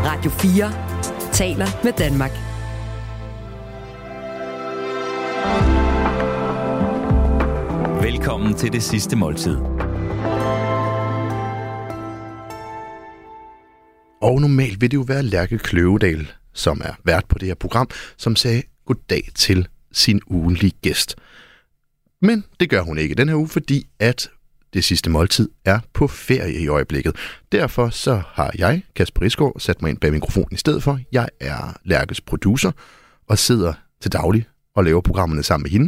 Radio 4 taler med Danmark. Velkommen til Det Sidste Måltid. Og normalt vil det jo være Lærke Kløvedal, som er vært på det her program, som sagde goddag til sin ugentlige gæst. Men det gør hun ikke den her uge, fordi at Det Sidste Måltid er på ferie i øjeblikket. Derfor så har jeg, Kasper Risgaard, sat mig ind bag mikrofonen i stedet for. Jeg er Lærkes producer og sidder til daglig og laver programmerne sammen med hende.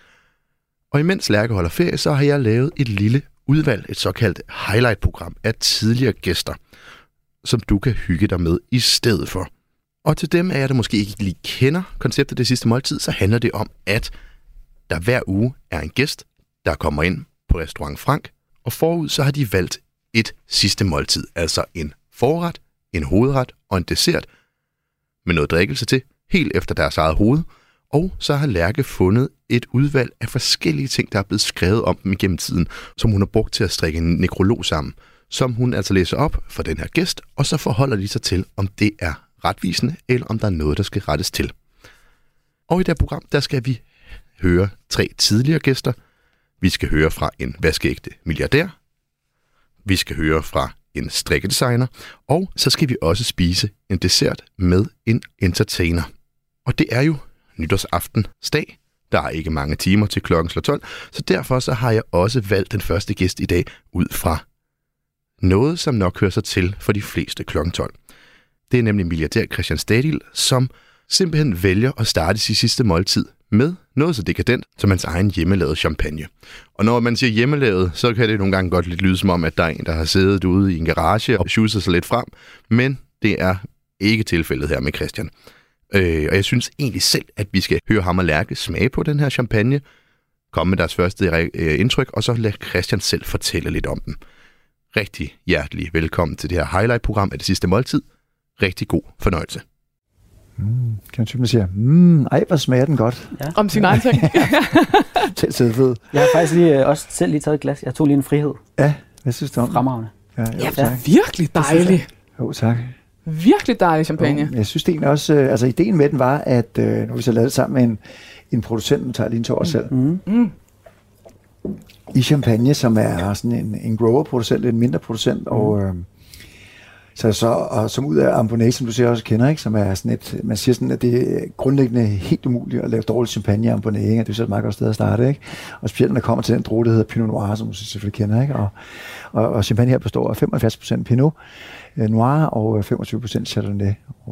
Og imens Lærke holder ferie, så har jeg lavet et lille udvalg, et såkaldt highlight-program af tidligere gæster, som du kan hygge dig med i stedet for. Og til dem af jer, der måske ikke lige kender konceptet Det Sidste Måltid, så handler det om, at der hver uge er en gæst, der kommer ind på Restaurant Frank, og forud så har de valgt et sidste måltid, altså en forret, en hovedret og en dessert med noget drikkelse til, helt efter deres eget hoved. Og så har Lærke fundet et udvalg af forskellige ting, der er blevet skrevet om dem igennem tiden, som hun har brugt til at strikke en nekrolog sammen, som hun altså læser op for den her gæst, og så forholder de sig til, om det er retvisende, eller om der er noget, der skal rettes til. Og i det her program, der skal vi høre 3 tidligere gæster. Vi skal høre fra en vaskeægte milliardær. Vi skal høre fra en strikkedesigner. Og så skal vi også spise en dessert med en entertainer. Og det er jo nytårsaftensdag. Der er ikke mange timer til klokken slår 12. Så derfor så har jeg også valgt den første gæst i dag ud fra noget, som nok hører sig til for de fleste klokken 12. Det er nemlig milliardær Christian Stadil, som simpelthen vælger at starte sit sidste måltid med noget så dekadent som hans egen hjemmelavede champagne. Og når man siger hjemmelavet, så kan det nogle gange godt lidt lyde som om, at der er en, der har siddet ude i en garage og sjuset sig lidt frem. Men det er ikke tilfældet her med Christian. Og jeg synes egentlig selv, at vi skal høre ham og Lærke smage på den her champagne, komme med deres første indtryk, og så lade Christian selv fortælle lidt om den. Rigtig hjertelig velkommen til det her highlight-program af Det Sidste Måltid. Rigtig god fornøjelse. Kan man typisk sige, ej, hvor smager den godt. Ja. Om sin egen ting. Til selvfed. Jeg har faktisk også selv lige taget et glas. Jeg tog lige en frihed. Ja, hvad synes du om? Fremragende. Ja, virkelig dejlig. Jo, tak. Virkelig dejlig champagne. Jeg synes det egentlig også, altså ideen med den var, at nu vi så lavede det sammen med en producent, der tager lige en tår selv. I champagne, som er sådan en grower-producent, en mindre producent, og og som ud af Ambonnet, som du siger også kender, ikke, som er sådan et, man siger sådan, at det er grundlæggende helt umuligt at lave dårlig champagne i Ambonnet, ikke? Det er så et meget godt sted at starte, ikke? Og specielt når der kommer til den druge, der hedder Pinot Noir, som du selvfølgelig kender, ikke? Og champagne her består af 75% Pinot Noir og 25% Chardonnay.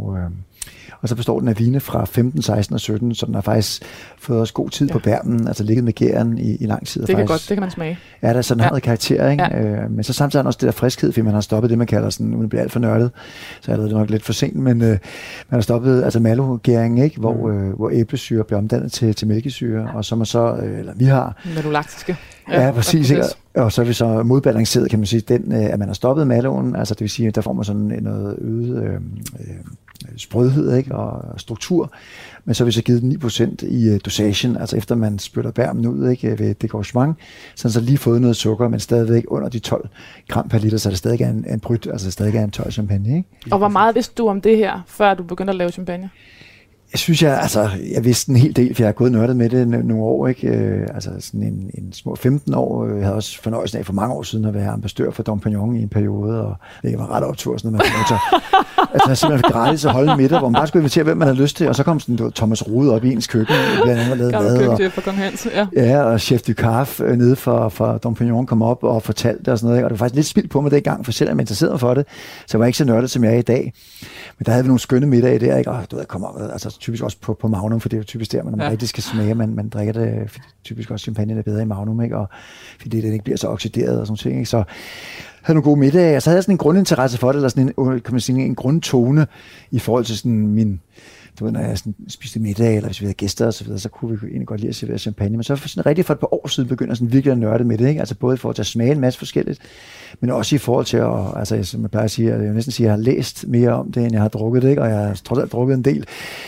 Og så består den af vine fra 15, 16 og 17, så den har faktisk fået os god tid på bærmen, altså ligget med gæren i lang tid. Det kan godt, det kan man smage. Ja, der så den har noget karakter, ikke? Ja. Men så samtidig også det der friskhed, fordi man har stoppet det, man kalder sådan, uden at blive alt for nørdet, så er det nok lidt for sent, men man har stoppet altså malogæringen, ikke? Hvor æblesyre bliver omdannet til mælkesyre, og som er så, eller vi har... Malolaktiske. Ja, præcis, ikke? Og så er vi så modbalanceret, kan man sige, den, at man har stoppet maloen, altså det vil sige, der får man sådan noget øget sprødhed, ikke? Og struktur, men så har vi så givet den 9% i dosagen, altså efter man spytter bærmen ud, ikke? Ved degorgement, så lige fået noget sukker, men stadigvæk under de 12 gram per liter, så det stadig er en bryt, altså stadig er en tør champagne, ikke? Og hvor meget vidste du om det her, før du begyndte at lave champagne? Jeg synes, jeg vidste en hel del, for jeg har gået nørdet med det nogle år, ikke? Altså sådan en små 15 år. Jeg havde også fornøjelsen af for mange år siden at være ambassadør for Dom Pignon i en periode, og det var ret optur, sådan noget, man altså simpelthen gratis at holde en middag, hvor man bare skulle invitere, hvem man havde lyst til, og så kom sådan Thomas Rode op i ens køkken, blandt andet lavede mad. For Kong Hans, ja. Ja, og Chef du Caffe nede for Dom Pignon kom op og fortalte og sådan noget, ikke? Og det var faktisk lidt spildt på mig det i gang, for selvom jeg interesserede mig for det, så jeg var ikke så nørdet, som jeg er i dag. Men der havde vi nogle skønne middage der, ikke? Og du ved, kom op, altså typisk også på Magnum, for det er jo typisk der, man rigtig skal smage, man drikker det, typisk også champagne er bedre i Magnum, ikke? Og fordi den ikke bliver så oxideret og sådan ting, ikke? Så jeg havde nogle gode middage, og så havde jeg sådan en grundinteresse for det, eller sådan en grundtone i forhold til sådan min, du ved, når jeg sådan spiste middag, eller hvis vi havde gæster og så videre, så kunne vi egentlig godt lide at servere champagne, men så sådan rigtig for et par år siden begynder jeg sådan virkelig at nørde med det, ikke? Altså både i forhold til at smage en masse forskelligt, men også i forhold til at, altså som jeg plejer at sige, jeg vil næsten sige, at jeg har læst mere om det, end jeg har drukket det, ikke? Og jeg har trods alt drukket en del.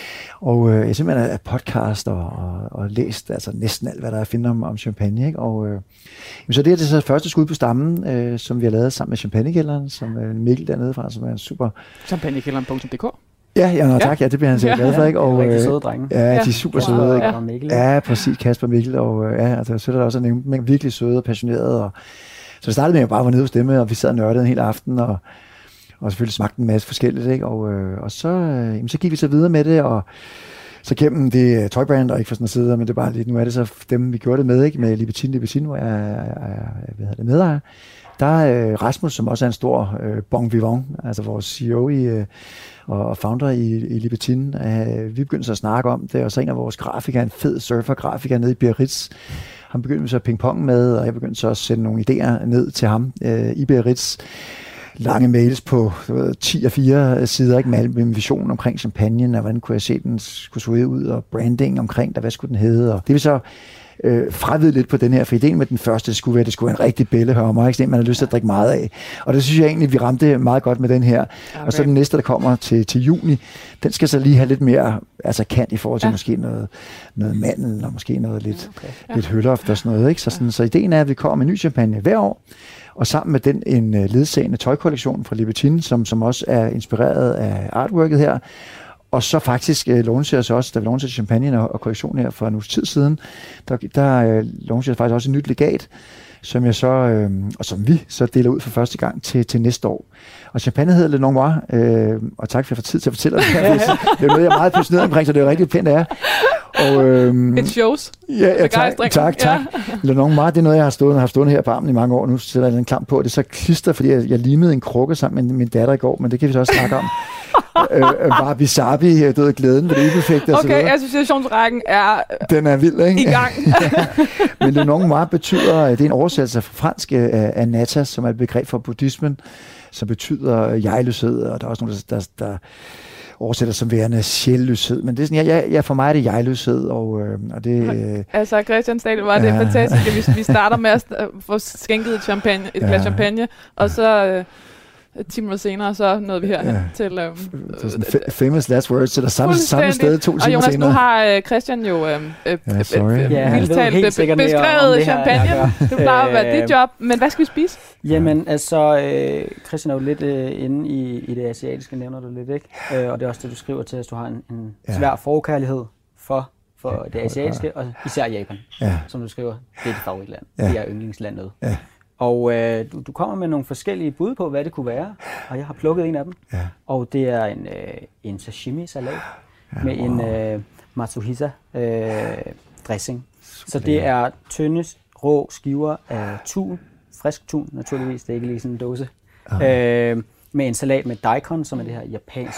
Og jeg simpelthen er podcast og læst altså næsten alt, hvad der er at finde om champagne. Ikke? Og så det er det så første skud på stammen, som vi har lavet sammen med Champagnekælderen, som Mikkel dernede fra, som er en super... Champagnekælderen.dk. Tak. Ja, det bliver han sikkert glad for, ikke? Og, rigtig søde drenge. Ja, de er super søde, ikke? Og Mikkel. Ja, præcis. Kasper og Mikkel. Og altså, så er der også nævnt, men virkelig søde og passionerede. Og, så det startede med, at jeg bare var nede hos dem, og vi sad og nørdede en hel aften, og selvfølgelig smagte en masse forskelligt, ikke? Og så gik vi så videre med det, og så gennem det tøjbrand, og ikke for sådan at sidde der, men det er bare lidt, nu er det så dem, vi gjorde det med, ikke? Med Libetin, hvor jeg er medejer. Der er Rasmus, som også er en stor bon vivant, altså vores CEO og founder i Libetin. Vi begyndte så at snakke om det, og så en af vores grafikere, en fed surfer-grafiker nede i Biarritz, han begyndte så at ping-pong med, og jeg begyndte så at sende nogle idéer ned til ham i Biarritz. Lange mails på 10 og 4 sider, ikke, med en vision omkring champagnen, og hvordan kunne jeg se, den skulle se ud, og branding omkring, hvad skulle den hedde. Og det vil så fravide lidt på den her, for ideen med den første skulle være, at det skulle være en rigtig bællehørmer, ikke? Man har lyst til at drikke meget af. Og det synes jeg egentlig, vi ramte meget godt med den her. Okay. Og så den næste, der kommer til juni, den skal så lige have lidt mere kant i forhold til måske noget mandel, og måske noget lidt hølloft og sådan noget. Ikke? Så ideen er, at vi kommer med ny champagne hver år, og sammen med den en ledsagende tøjkollektion fra Libetin, som også er inspireret af artworket her. Og så faktisk launcherede os også, da vi launcherede champagne og kollektion her for en uges tid siden, der launcherede faktisk også et nyt legat, som jeg så, og som vi så deler ud for første gang til næste år. Og champagne hedder Le Noir, og tak for at få tid til at fortælle det. Det er noget, jeg er meget passioneret omkring, så det er rigtig pænt, det er. Og, it shows. Ja, tak. Ja. Le Noir, det er noget, jeg har haft stående her på armen i mange år. Nu sætter jeg en klam på. Det er så klister, fordi jeg limede en krukke sammen med min datter i går, men det kan vi så også snakke om. Wabi-sabi, døde glæden ved det uperfekte. Okay, associationsrækken den er vild, ikke? I gang. Men Le Noir betyder, det er en oversættelse fra fransk af nata, som er et begreb for buddhismen, som betyder jegløshed, og der er også nogen, der oversætter som værende sjælløshed. Men det er sådan, for mig er det jegløshed, og det... Altså, Christian Stadel, var det fantastisk, at vi starter med at få skænket et glas champagne, og så... 10 minutter senere, så nåede vi her til... famous last words, så der samme sted 2 timer senere. Og Jonas, nu har Christian jo beskrevet champagne. Det plejer at være dit job, men hvad skal vi spise? Jamen, altså, Christian er jo lidt inde i det asiatiske, nævner du lidt, ikke? Og det er også det, du skriver til, at du har en svær forkærlighed for det asiatiske, og især Japan, som du skriver, det er dit favoritland. Det er yndlingslandet. Ja. Og du kommer med nogle forskellige bud på, hvad det kunne være, og jeg har plukket en af dem. Ja. Og det er en sashimi-salat med en matsuhisa dressing. Så det er tynde, rå skiver af tun, frisk tun naturligvis, det er ikke lige sådan en dåse. Med en salat med daikon, som er det her japansk...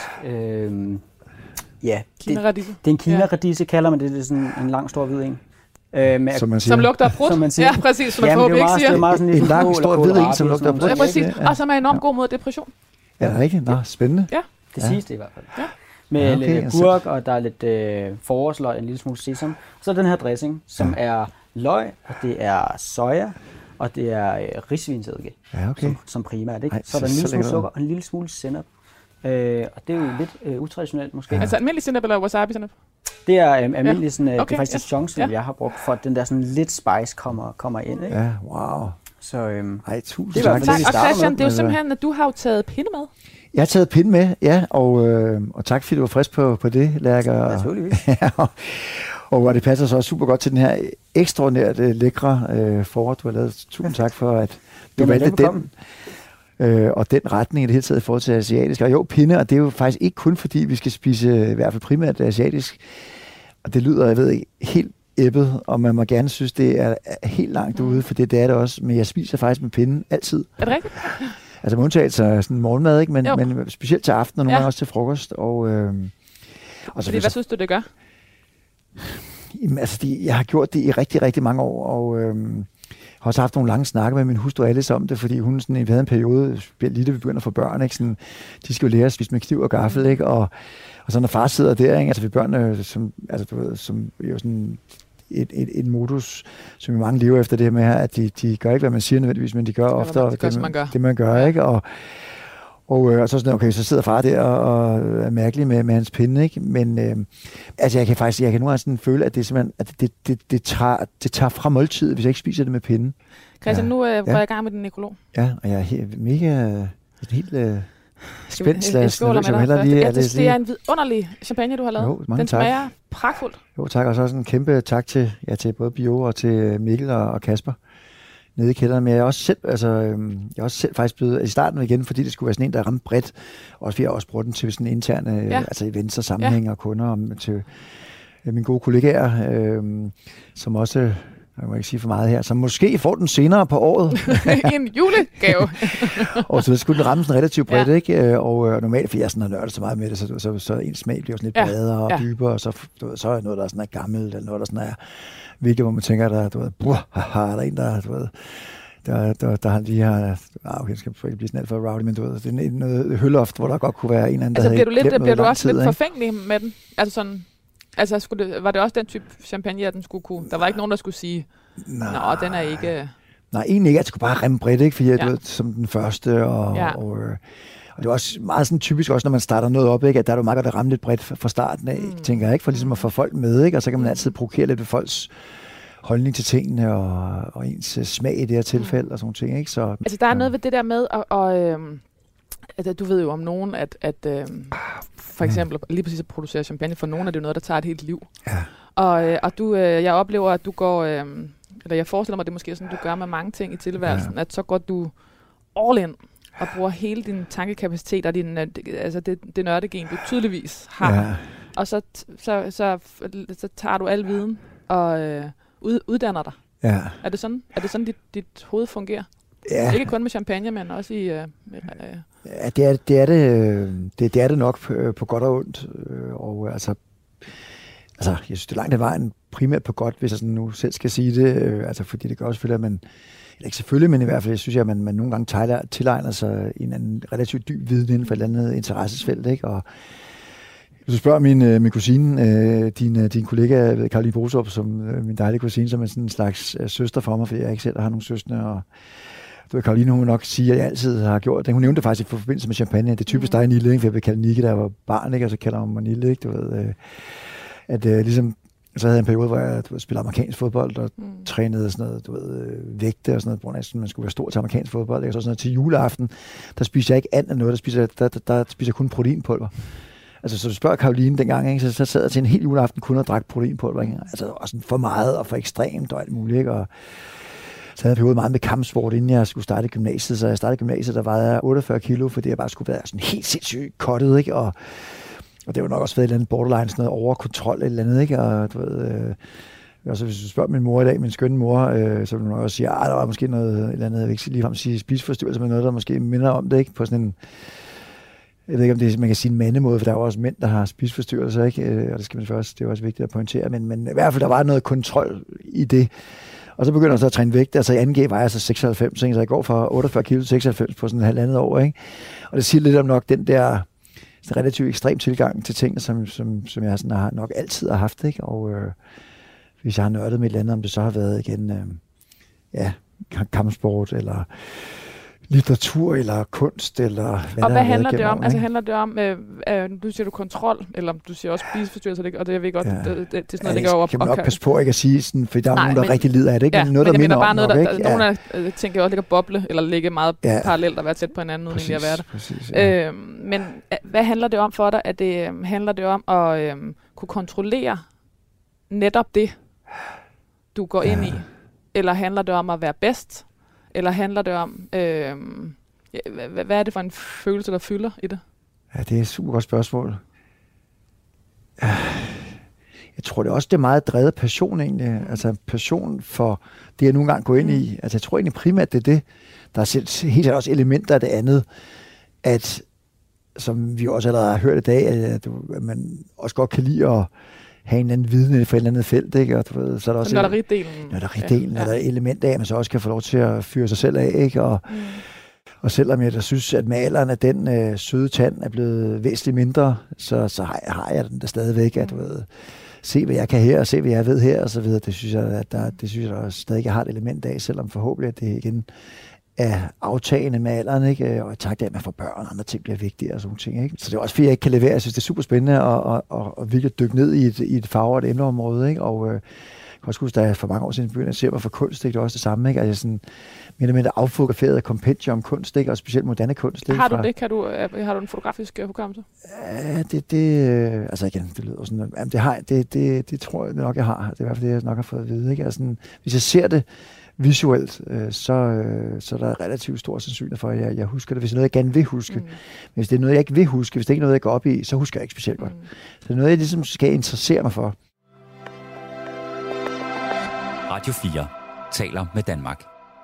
Kina-radise. Det er en kina-radise, kalder man det. Det er sådan en lang, stor hvid en. Som lugter af brudt. Ja, præcis, som man ikke siger. Det er meget sådan en lang, stor hvid en, som lugter af brudt. Ja, præcis. Og som er enormt god mod depression. Ja, det er rigtigt. Nå, spændende. Ja. Det siges det i hvert fald. Ja. Med lidt gurk, og der er lidt forårsløg, en lille smule sesam. Så er den her dressing, som er løg, og det er soja, og det er risvinsedike, som primært. Ikke? Så er der en lille smule sukker og en lille smule sennep. Og det er jo lidt utraditionelt måske. Altså almindelig sennep eller wasabi-sennep? Det er almindelig sådan, det er faktisk Dijon, jeg har brugt for, at den der sådan lidt spice kommer ind. Ikke? Ja, wow. Så tusind tak. Og Christian, det er jo simpelthen, at du har jo taget pinde med. Jeg har taget pinde med, ja, og tak fordi du var frisk på det, Lærker. Naturligvis. Og det passer så også super godt til den her ekstraordinært lækre forret, du har lavet. Tusind tak for, at du valgte den. Og den retning i det hele taget i forhold til asiatisk. Og jo, pinde, og det er jo faktisk ikke kun fordi, vi skal spise i hvert fald primært asiatisk. Og det lyder, jeg ved ikke, helt æbbet, og man må gerne synes, det er helt langt ude, for det er det også. Men jeg spiser faktisk med pinde altid. Er det rigtigt? Altså med undtagelse af sådan morgenmad, ikke? Men specielt til aften, og nogle gange også til frokost. Og så hvad synes du, det gør? Jamen, altså, jeg har gjort det i rigtig, rigtig mange år, og har også haft nogle lange snakke med min hustru Alice om det, fordi hun sådan, vi havde en periode, lige da vi begynder at få børn, ikke? Sådan, de skal jo lære at spise med kniv og gaffel, ikke? Og så når far sidder der, ikke? Altså vi børnene, som jo sådan et modus, som vi mange lever efter det her med her, at de gør ikke, hvad man siger nødvendigvis, men de gør ofte det, man gør, ikke? Og så sådan, okay, så sidder far der og er mærkelig med hans pinde, ikke? Men altså, jeg kan nogle gange sådan føle, at det simpelthen, at det tager fra måltidet, hvis jeg ikke spiser det med pinden. Christian, nu går jeg i gang med din nekrolog. Ja, og jeg er mega helt spændt. Jeg skåler med dig først. Det er en vidunderlig champagne, du har lavet. Jo, mange den tak. smager pragtfuldt. Jo, tak. Og så også en kæmpe tak til både Bio og til Mikkel og Kasper nede i kælderen. Men jeg er også selv, faktisk blevet i starten igen, fordi det skulle være sådan en, der ramte bredt. Også vi har også brugt den til sådan interne altså events og sammenhæng og kunder, og til mine gode kollegaer, som også, jeg må ikke sige for meget her, som måske får den senere på året. En julegave. Og så skulle den ramme sådan relativt bredt, ikke? Og normalt, fordi jeg sådan har nørdet så meget med det, så en smag bliver sådan lidt bredere og dybere, og så er noget, der sådan er gammelt, eller noget, der sådan er virkelig, hvor man tænker, der er der en, der lige har... Okay, det skal ikke blive sådan alt for rowdy, men det er noget hølloft, hvor der godt kunne være en anden, der bliver du også lidt forfængelig med den? Altså sådan... Altså, var det også den type champagne, at den skulle kunne... Der var ikke nogen, der skulle sige, nå, den er ikke... Nej, egentlig ikke. Jeg skulle bare remme bredt, ikke? Fordi du ved, som den første, og det er også meget sådan typisk, også når man starter noget op, ikke? At der er jo meget godt at ramme lidt bredt fra starten af, tænker jeg, ikke? For ligesom at få folk med, ikke? Og så kan man altid provokere lidt ved folks holdning til tingene, og ens smag i det her tilfælde, og sådan ting, ikke? Så, altså, der er noget ved det der med, altså, du ved jo om nogen, at for eksempel lige præcis at producere champagne, for nogen er det jo noget, der tager et helt liv. Ja. Og du, jeg oplever, at du går, eller jeg forestiller mig, at det er måske sådan, du gør med mange ting i tilværelsen, at så går du all in og bruger hele din tankekapacitet og altså det nørdegen, du tydeligvis har. Ja. Og så tager du al viden og uddanner dig. Ja. Er det sådan dit hoved fungerer? Ja. Ikke kun med champagne, men også i... Ja, det er det nok på godt og ondt. Og altså, jeg synes, det er langt ad vejen primært på godt, hvis jeg sådan nu selv skal sige det. Altså, fordi det gør selvfølgelig, at man... Eller ikke selvfølgelig, men i hvert fald, jeg synes, at man nogle gange tilegner sig en relativt dyb viden inden for et eller andet interessesfelt, ikke? Og hvis du spørger min kusine, din kollega Caroline Bostrup, som min dejlige kusine, som er sådan en slags søster for mig, fordi jeg ikke selv har nogen søstre, og du ved, Caroline, hun nok sige, at jeg altid har gjort det. Hun nævnte det faktisk i forbindelse med champagne. Det er typisk dig, Nille, ikke? For jeg blev kaldt Nikke, da jeg var barn, ikke? Og så kalder hun mig Nille, ikke? Du ved, ligesom, så havde jeg en periode, hvor jeg spillede amerikansk fodbold og trænede sådan noget, du ved, vægte og sådan noget, hvor man skulle være stor til amerikansk fodbold. Og så sådan noget til juleaften, der spiser jeg ikke andet end noget, der spiser jeg kun proteinpulver. Altså, så du spørger Caroline dengang, ikke? Så sad jeg til en hel juleaften kun og drak proteinpulver, ikke? Altså, også for meget og for ekstremt og alt muligt, ikke? Og så havde jeg periode meget med kampsport, inden jeg skulle starte gymnasiet. Så jeg startede gymnasiet, der vejede jeg 48 kilo, fordi jeg bare skulle være sådan helt sindssygt kottet, ikke? Og det var nok også været et eller andet borderline, sådan noget overkontrol eller andet, ikke? Og du ved... Og så hvis du spørger min mor i dag, min skønne mor, så vil hun også sige, der var måske noget eller andet, jeg vil ikke ligefrem sige spiseforstyrrelse, men noget, der måske minder om det, ikke? På sådan en... Jeg ved ikke, om det man kan sige en mandemåde, for der er jo også mænd, der har spiseforstyrrelser, ikke? Og det skal man først, det er også vigtigt at pointere, men i hvert fald, der var noget kontrol i det. Og så begynder jeg så at træne vægt, altså i 2G var jeg så 96, så jeg går fra 48 kilo til 96 på sådan et halvandet år, ikke? Og det siger lidt om nok den der relativt ekstrem tilgang til ting, som jeg sådan nok altid har haft, ikke? Og hvis jeg har nørdet med et eller andet, om det så har været igen, kampsport, eller litteratur, eller kunst, eller hvad handler det om? Altså handler det om, du siger du kontrol, eller du siger også spiseforstyrrelser, og det jeg ved godt, det er sådan noget, der går op. Kan man nok passe på ikke at sige, sådan, for der er nogen, der rigtig lider af det, ikke? Ja, noget, der minder om noget, nok, ikke? Nogle af tænker også ligger boble, eller ligger meget parallelt at være tæt på hinanden, uden egentlig at være det. Præcis, men hvad handler det om for dig? Handler det om at kunne kontrollere netop det, du går ind i? Eller handler det om at være bedst? Eller handler det om, hvad er det for en følelse, der fylder i det? Ja, det er et super godt spørgsmål. Jeg tror det også, det er meget drevet passion egentlig. Altså passion for det, jeg nogle gange går ind i. Altså jeg tror egentlig primært, det er det. Der er helt sikkert også elementer af det andet, at som vi også allerede har hørt i dag, at man også godt kan lide at have en anden viden for et eller andet felt, ikke? Og du ved, så er der også nørderi-delen. Er der element af, at man så også kan få lov til at fyre sig selv af, ikke? Og selvom jeg da synes, at med alderen af den søde tand er blevet væsentligt mindre, så har jeg den der stadigvæk, at du ved, se hvad jeg kan her, og se hvad jeg ved her, og så videre. Det synes jeg, at der stadig har et element af, selvom forhåbentlig, at det igen er aftagende med alderen, ikke? Og i takt af, at man får børn og andre ting bliver vigtigere og sådan ting, ikke? Så det er også fordi, jeg ikke kan levere. Jeg synes, det er super spændende at virkelig dykke ned i et farve- og et emneområde, ikke? Og jeg kan også huske, da jeg for mange år siden begyndte at se mig for kunst, ikke? Det er også det samme, ikke? Altså sådan mere eller mindre affotograferet kompendium kunst, ikke? Og specielt moderne kunst. Ikke? Har du det? Har du en fotografisk hukommelse? Ja, altså igen, det lyder sådan, det tror jeg nok, jeg har. Det er i hvert fald det, jeg nok har fået at vide, ikke? Altså, hvis jeg ser det visuelt, så er der relativt stor sandsynlighed for, at jeg husker det, hvis det er noget, jeg gerne vil huske. Men hvis det er noget, jeg ikke vil huske, hvis det ikke er noget, jeg går op i, så husker jeg ikke specielt godt. Så det er noget, jeg ligesom skal interessere mig for. Radio 4 taler med Danmark.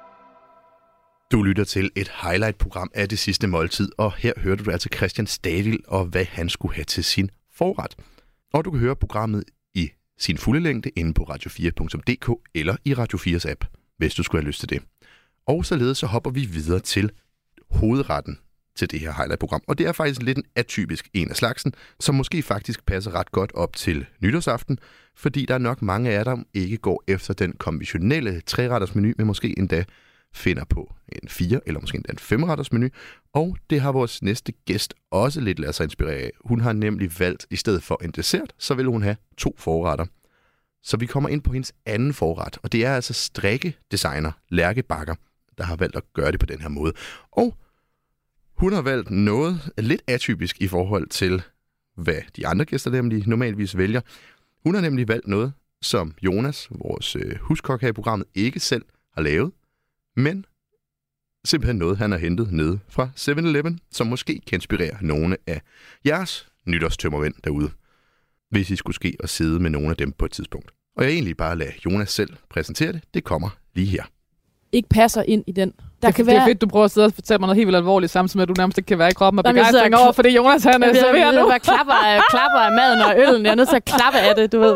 Du lytter til et highlight-program af Det Sidste Måltid, og her hørte du altså Christian Stadil og hvad han skulle have til sin forret. Og du kan høre programmet i sin fulde længde inde på radio4.dk eller i Radio 4's app, hvis du skulle have lyst til det. Og således så hopper vi videre til hovedretten til det her highlight-program. Og det er faktisk lidt en atypisk en af slagsen, som måske faktisk passer ret godt op til nytårsaften, fordi der er nok mange af dem ikke går efter den konventionelle 3-retters menu, men måske endda finder på en 4 eller måske endda en 5-retters menu. Og det har vores næste gæst også lidt ladet sig inspirere af. Hun har nemlig valgt, i stedet for en dessert, så vil hun have 2 forretter. Så vi kommer ind på hendes anden forret, og det er altså strikkedesigner Lærke Bagger, der har valgt at gøre det på den her måde. Og hun har valgt noget lidt atypisk i forhold til, hvad de andre gæster nemlig normalvis vælger. Hun har nemlig valgt noget, som Jonas, vores huskok her i programmet, ikke selv har lavet, men simpelthen noget, han har hentet nede fra 7-Eleven, som måske kan inspirere nogle af jeres nytårstømmermænd derude, hvis I skulle ske og sidde med nogle af dem på et tidspunkt. Og jeg egentlig bare lade Jonas selv præsentere det. Det kommer lige her. Ikke passer ind i den. Det er fedt, du prøver at sidde og fortælle mig noget helt vildt alvorligt, samtidig med, at du nærmest ikke kan være i kroppen og begejstring over, fordi Jonas han er serverer nu. Jeg klapper af maden og øllen. Jeg er nødt til at klappe af det, du ved.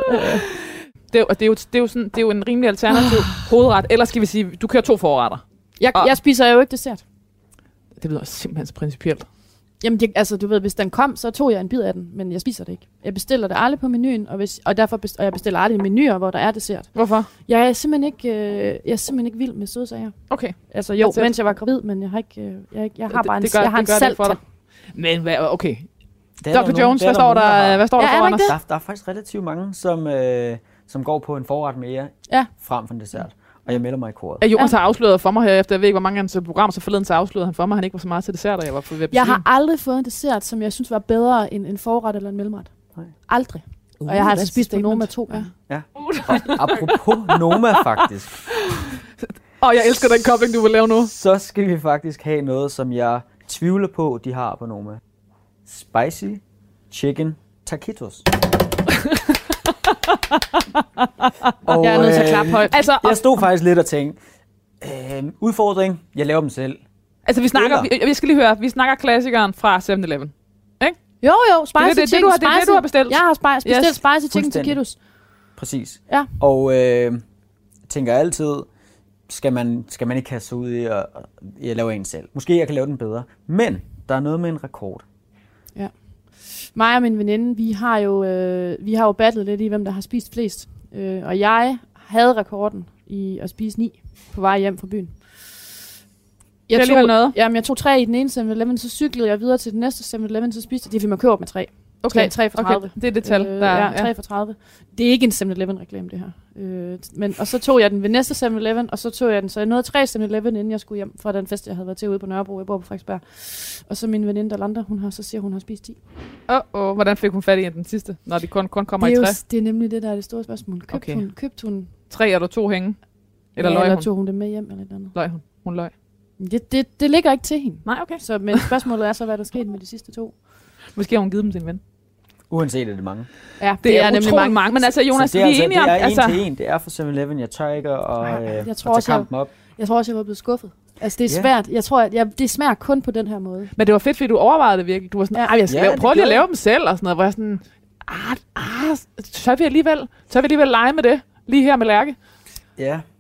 Det er jo en rimelig alternativ hovedret. Eller skal vi sige, du kører 2 forretter. Jeg spiser jo ikke dessert. Det lyder simpelthen så principielt. Jamen, du ved, hvis den kom, så tog jeg en bid af den, men jeg spiser det ikke. Jeg bestiller det aldrig på menuen, og jeg bestiller aldrig menuer, hvor der er dessert. Hvorfor? Jeg er simpelthen ikke vild med sødsager. Okay. Altså jo, mens jeg var gravid, men jeg har ikke, jeg har en salttand. Men hvad? Okay. Dr. Jones, hvad står der foran os? Der er faktisk relativt mange, som går på en forret mere frem for en dessert. Og jeg melder mig i koret. Jonas har afsløret for mig her, efter jeg ved ikke, hvor mange af hans programmer, så forleden så afslørede han for mig, at han ikke var så meget til dessert, og jeg var ved at jeg har aldrig fået en dessert, som jeg synes var bedre end en forret eller en mellemret. Nej. Aldrig. Og jeg har altså spist på Noma 2 gange. Ja. Og apropos Noma faktisk. Og jeg elsker den kobling, du vil lave nu. Så skal vi faktisk have noget, som jeg tvivler på, de har på Noma. Spicy Chicken Taquitos. Og jeg er nødt til at klappe højt. Altså, jeg stod faktisk lidt og tænkte, udfordring, jeg laver dem selv. Altså vi skal lige høre, vi snakker klassikeren fra 7-Eleven. Ikke? Jo, spicy chicken. Det er det, du har bestilt. Jeg har bestilt spicy chicken taquitos. Præcis. Ja. Og tænker altid, skal man ikke kaste sig ud i at lave en selv. Måske jeg kan lave den bedre. Men der er noget med en rekord. Ja. Mig og min veninde, vi har jo battlet lidt i, hvem der har spist flest. Og jeg havde rekorden i at spise 9 på vej hjem fra byen. Jeg tog 3 i den ene 7-Eleven, så cyklede jeg videre til den næste 7-Eleven, så spiste jeg. Det er, fordi man køber op med 3. Okay. 3 for 30. Okay. Det er det tal, der er. 3 for 30. Det er ikke en 7-Eleven-reklame, det her. Og så tog jeg den ved næste 7-Eleven, og så tog jeg den. Så jeg nåede 3 7-Eleven, inden jeg skulle hjem fra den fest, jeg havde været til ude på Nørrebro. Jeg bor på Frederiksberg. Og så min veninde, Dalanda, så siger hun har spist 10. Hvordan fik hun fat i den sidste, når de kun kommer i 3? Det er nemlig det, der er det store spørgsmål. Købte hun 3 eller 2 hænge? Eller løg hun? Eller tog hun det med hjem eller et andet? Løg hun? Hun løg. Det ligger ikke til hende. Nej, okay. Men spørgsmålet er så, hvad der skete med de sidste 2. Måske har hun givet dem til en ven. Uanset er det mange. Ja, det er nemlig mange. Men altså, Jonas, vi er enige om... Det er en til en. Det er for 7-Eleven. Jeg tør ikke at tage kampen op. Jeg tror også, jeg var blevet skuffet. Altså, det er svært. Jeg tror, det smager kun på den her måde. Men det var fedt, fordi du overvejede det virkelig. Du var sådan, jeg skal prøve lige at lave dem selv, og sådan noget. Hvor jeg sådan, tør vi alligevel lege med det? Lige her med Lærke? Ja,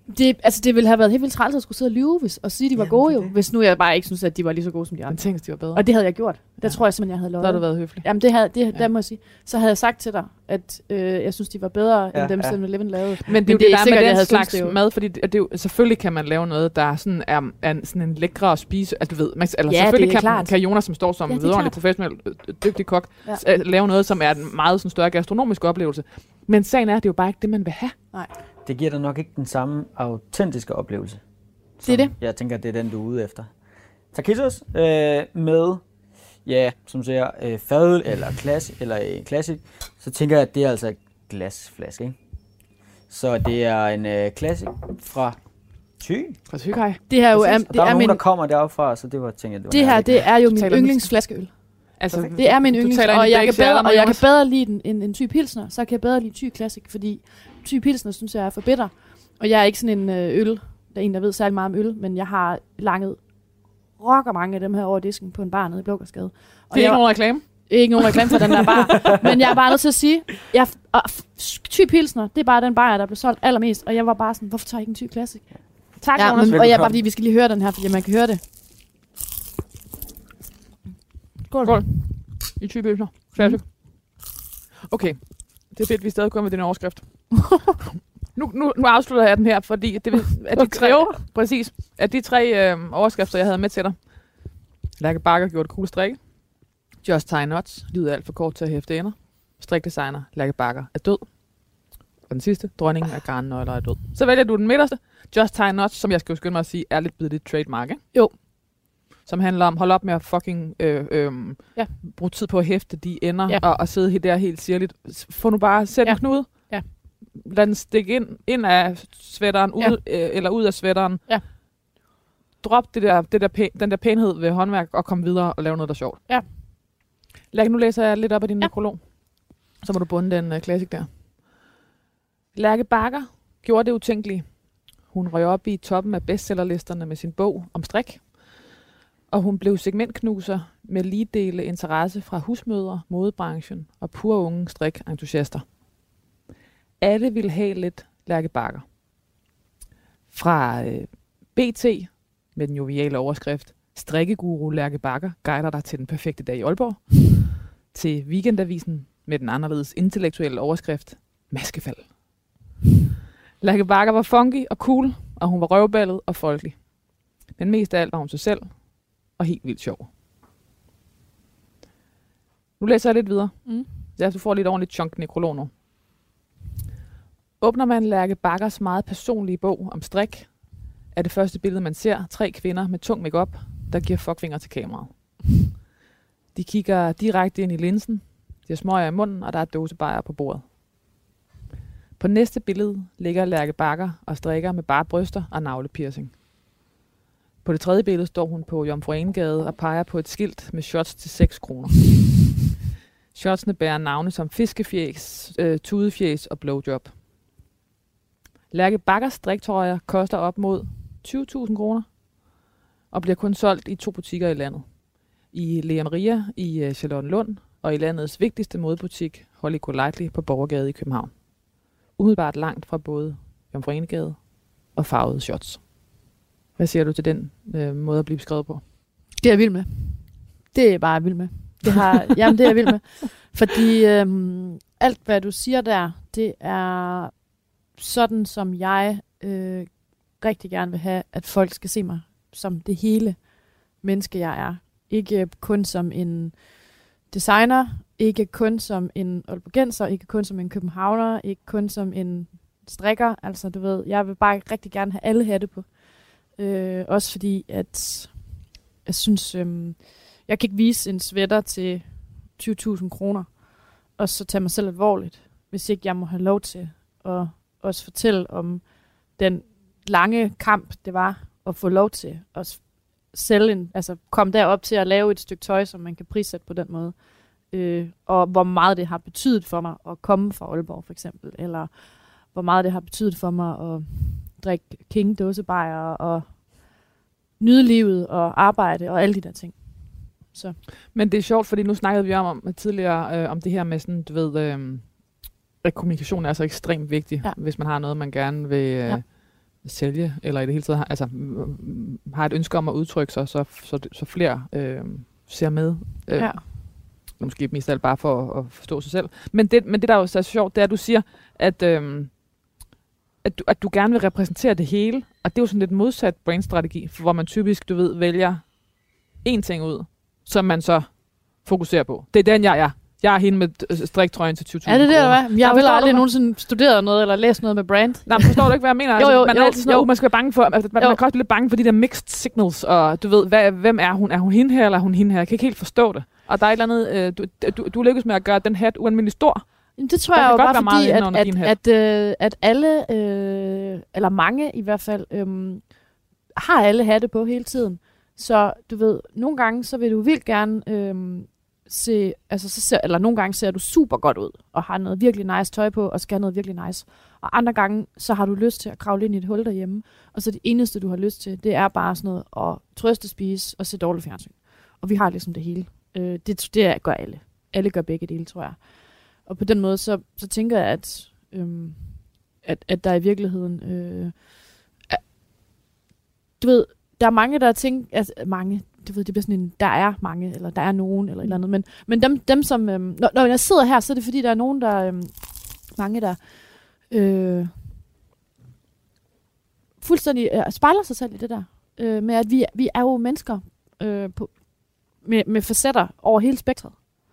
Det ville have været helt vildt træls at skulle sidde og lyve og sige, at de var gode jo. Hvis nu jeg bare ikke synes, at de var lige så gode som de andre. Jeg tænkte, de var bedre. Og det havde jeg gjort. Der tror jeg simpelthen, jeg havde lovet. Der har du været høflig. Jamen, der må jeg sige. Så havde jeg sagt til dig, at jeg synes, de var bedre end dem, 7-Eleven lavede. Men det er jo det der med den slags mad, fordi det er jo, selvfølgelig kan man lave noget, der sådan er sådan en lækre at spise. Altså, du ved, selvfølgelig kan Jonas, som står som vidunderlig professionel, dygtig kok, lave noget, som er en meget sådan større gastronomisk oplevelse. Men sagen er, at det er jo bare ikke det, man vil have. Nej. Det giver dig nok ikke den samme autentiske oplevelse. Det er det. Jeg tænker, det er den, du er ude efter. Taquitos med, som siger, fadøl eller classic, så tænker jeg, at det er altså et glasflaske, ikke? Så det er en classic fra Thy. Fra Thykaj. Det her jo er nogen, der kommer deroppe fra, så det var, tænker jeg, det her, det er jo min yndlingsflaskeøl. Altså, det er min yndlings, og jeg kan bedre lide en Thy Pilsner, så kan jeg bedre lide Thy Classic, fordi Thy Pilsner synes jeg er for bitter, og jeg er ikke sådan en øl, der er en, der ved særlig meget om øl, men jeg har langet rocker mange af dem her over disken på en bar nede i Blågårdsgade. Det er ikke nogen reklame? Ikke nogen reklame for den der bar, men jeg er bare nødt til at sige, Thy Pilsner, det er bare den bar, der blev solgt allermest, og jeg var bare sådan, hvorfor tager jeg ikke en Thy Classic? Tak, Jonas. Og jeg bare fordi vi skal lige høre den her, fordi man kan høre det. Skål. I Thy Pilsner. Classic. Okay, det er fedt, vi stadig kommer med den overskrift. Nu afslutter jeg den her, fordi det er de tre, præcis, at de tre overskrifter, jeg havde med til dig. Lærke Bagger gjorde det cool strikke. Just tie knots. Livet er alt for kort til at hæfte ender. Strikdesigner. Lærke Bagger er død. Og den sidste. Dronningen af garnnøgler er død. Så vælger du den midterste. Just tie knots, som jeg skal jo skynde mig at sige, er lidt blevet dit trademark, ikke? Jo. Som handler om, hold op med at fucking bruge tid på at hæfte de ender, og sidde der helt sirligt. Få nu bare sæt en knude. Ja. Lad den stikke ind af sweateren, eller ud af sweateren. Ja. Drop den der pænhed ved håndværk, og kom videre og lave noget, der er sjovt. Ja. Nu læser jeg lidt op af din nekrolog. Så må du bunde den classic der. Lærke Bagger gjorde det utænkelige. Hun røg op i toppen af bestsellerlisterne med sin bog om strik. Og hun blev segmentknuser med lige dele interesse fra husmødre, modebranchen og pure unge strik-entusiaster. Alle ville have lidt Lærke Bagger. Fra BT med den joviale overskrift Strikkeguru Lærke Bagger guider dig til den perfekte dag i Aalborg, til Weekendavisen med den anderledes intellektuelle overskrift Maskefald. Lærke Bagger var funky og cool, og hun var røvballet og folkelig. Men mest af alt var hun sig selv, og helt vildt sjov. Nu læser jeg lidt videre. Ja, du får lidt ordentligt chunk nekrolog nu. Åbner man Lærke Baggers meget personlige bog om strik, er det første billede, man ser 3 kvinder med tung makeup, der giver fuckfinger til kameraet. De kigger direkte ind i linsen, de har smøger i munden, og der er dåsebajer på bordet. På næste billede ligger Lærke Bagger og strikker med bare bryster og navlepiercing. På det tredje billede står hun på Jomfru Anegade og peger på et skilt med shots til 6 kroner. Shotsene bærer navne som fiskefjæs, tudefjæs og blowjob. Lærke Baggers striktrøjer koster op mod 20.000 kroner og bliver kun solgt i 2 butikker i landet. I Lea Maria i Charlottenlund og i landets vigtigste modebutik, Holly Golightly på Borgergade i København. Umiddelbart langt fra både Jomfru Anegade og farvede shots. Hvad siger du til den måde at blive beskrevet på? Det er jeg vild med. Det er bare vild med. Jamen, det er jeg vild med. Fordi alt, hvad du siger der, det er sådan, som jeg rigtig gerne vil have, at folk skal se mig som det hele menneske, jeg er. Ikke kun som en designer, ikke kun som en aalborgenser, ikke kun som en københavner, ikke kun som en strikker. Altså, du ved, jeg vil bare rigtig gerne have alle hatte på. Også fordi, at jeg synes, jeg kan ikke vise en sweater til 20.000 kroner, og så tage mig selv alvorligt, hvis ikke jeg må have lov til at også fortælle om den lange kamp, det var at få lov til at sælge komme derop til at lave et stykke tøj, som man kan prissætte på den måde. Og hvor meget det har betydet for mig at komme fra Aalborg, for eksempel, eller hvor meget det har betydet for mig at drikke King dåsebajer og nyde livet og arbejde og alle de der ting. Så. Men det er sjovt, fordi nu snakkede vi om tidligere om det her med sådan, du ved, at kommunikation er så ekstremt vigtig, hvis man har noget, man gerne sælge, eller i det hele taget har et ønske om at udtrykke sig, så flere ser med. Måske mest af alt bare for at forstå sig selv. Men det der er jo så sjovt, det er, at du siger, at du gerne vil repræsentere det hele, og det er jo sådan lidt modsat brandstrategi, hvor man typisk, vælger én ting ud, som man så fokuserer på. Det er den, jeg er. Jeg er hende med striktrøjen til 20.000 kroner. Er det det, eller hvad? Jeg har vel aldrig nogensinde studeret noget, eller læst noget med brand. Nej, forstår du ikke, hvad jeg mener? Man skal være bange for, man kan også blive lidt bange for de der mixed signals, og du ved, hvem er hun? Er hun hende her, eller er hun hende her? Jeg kan ikke helt forstå det. Og der er et eller andet, du lykkes med at gøre den hat ualmindelig stor. Det tror jeg jo bare fordi, at alle, eller mange i hvert fald, har alle hatte på hele tiden. Så du ved, nogle gange så vil du vildt gerne nogle gange ser du super godt ud, og har noget virkelig nice tøj på, og skal have noget virkelig nice. Og andre gange, så har du lyst til at kravle ind i et hul derhjemme, og så det eneste, du har lyst til, det er bare sådan noget at trøste, spise og se dårligt fjernsyn. Og vi har ligesom det hele. Det gør alle. Alle gør begge dele, tror jeg. Og på den måde, så tænker jeg, at der i virkeligheden... du ved, der er mange, der tænker... Altså, mange... Du ved, det bliver sådan en... Der er mange, eller der er nogen, eller et eller andet. Men dem som... Når jeg sidder her, så er det fordi, der er nogen, der... mange, der... fuldstændig spejler sig selv i det der. Med at vi er jo mennesker med facetter over hele spektret.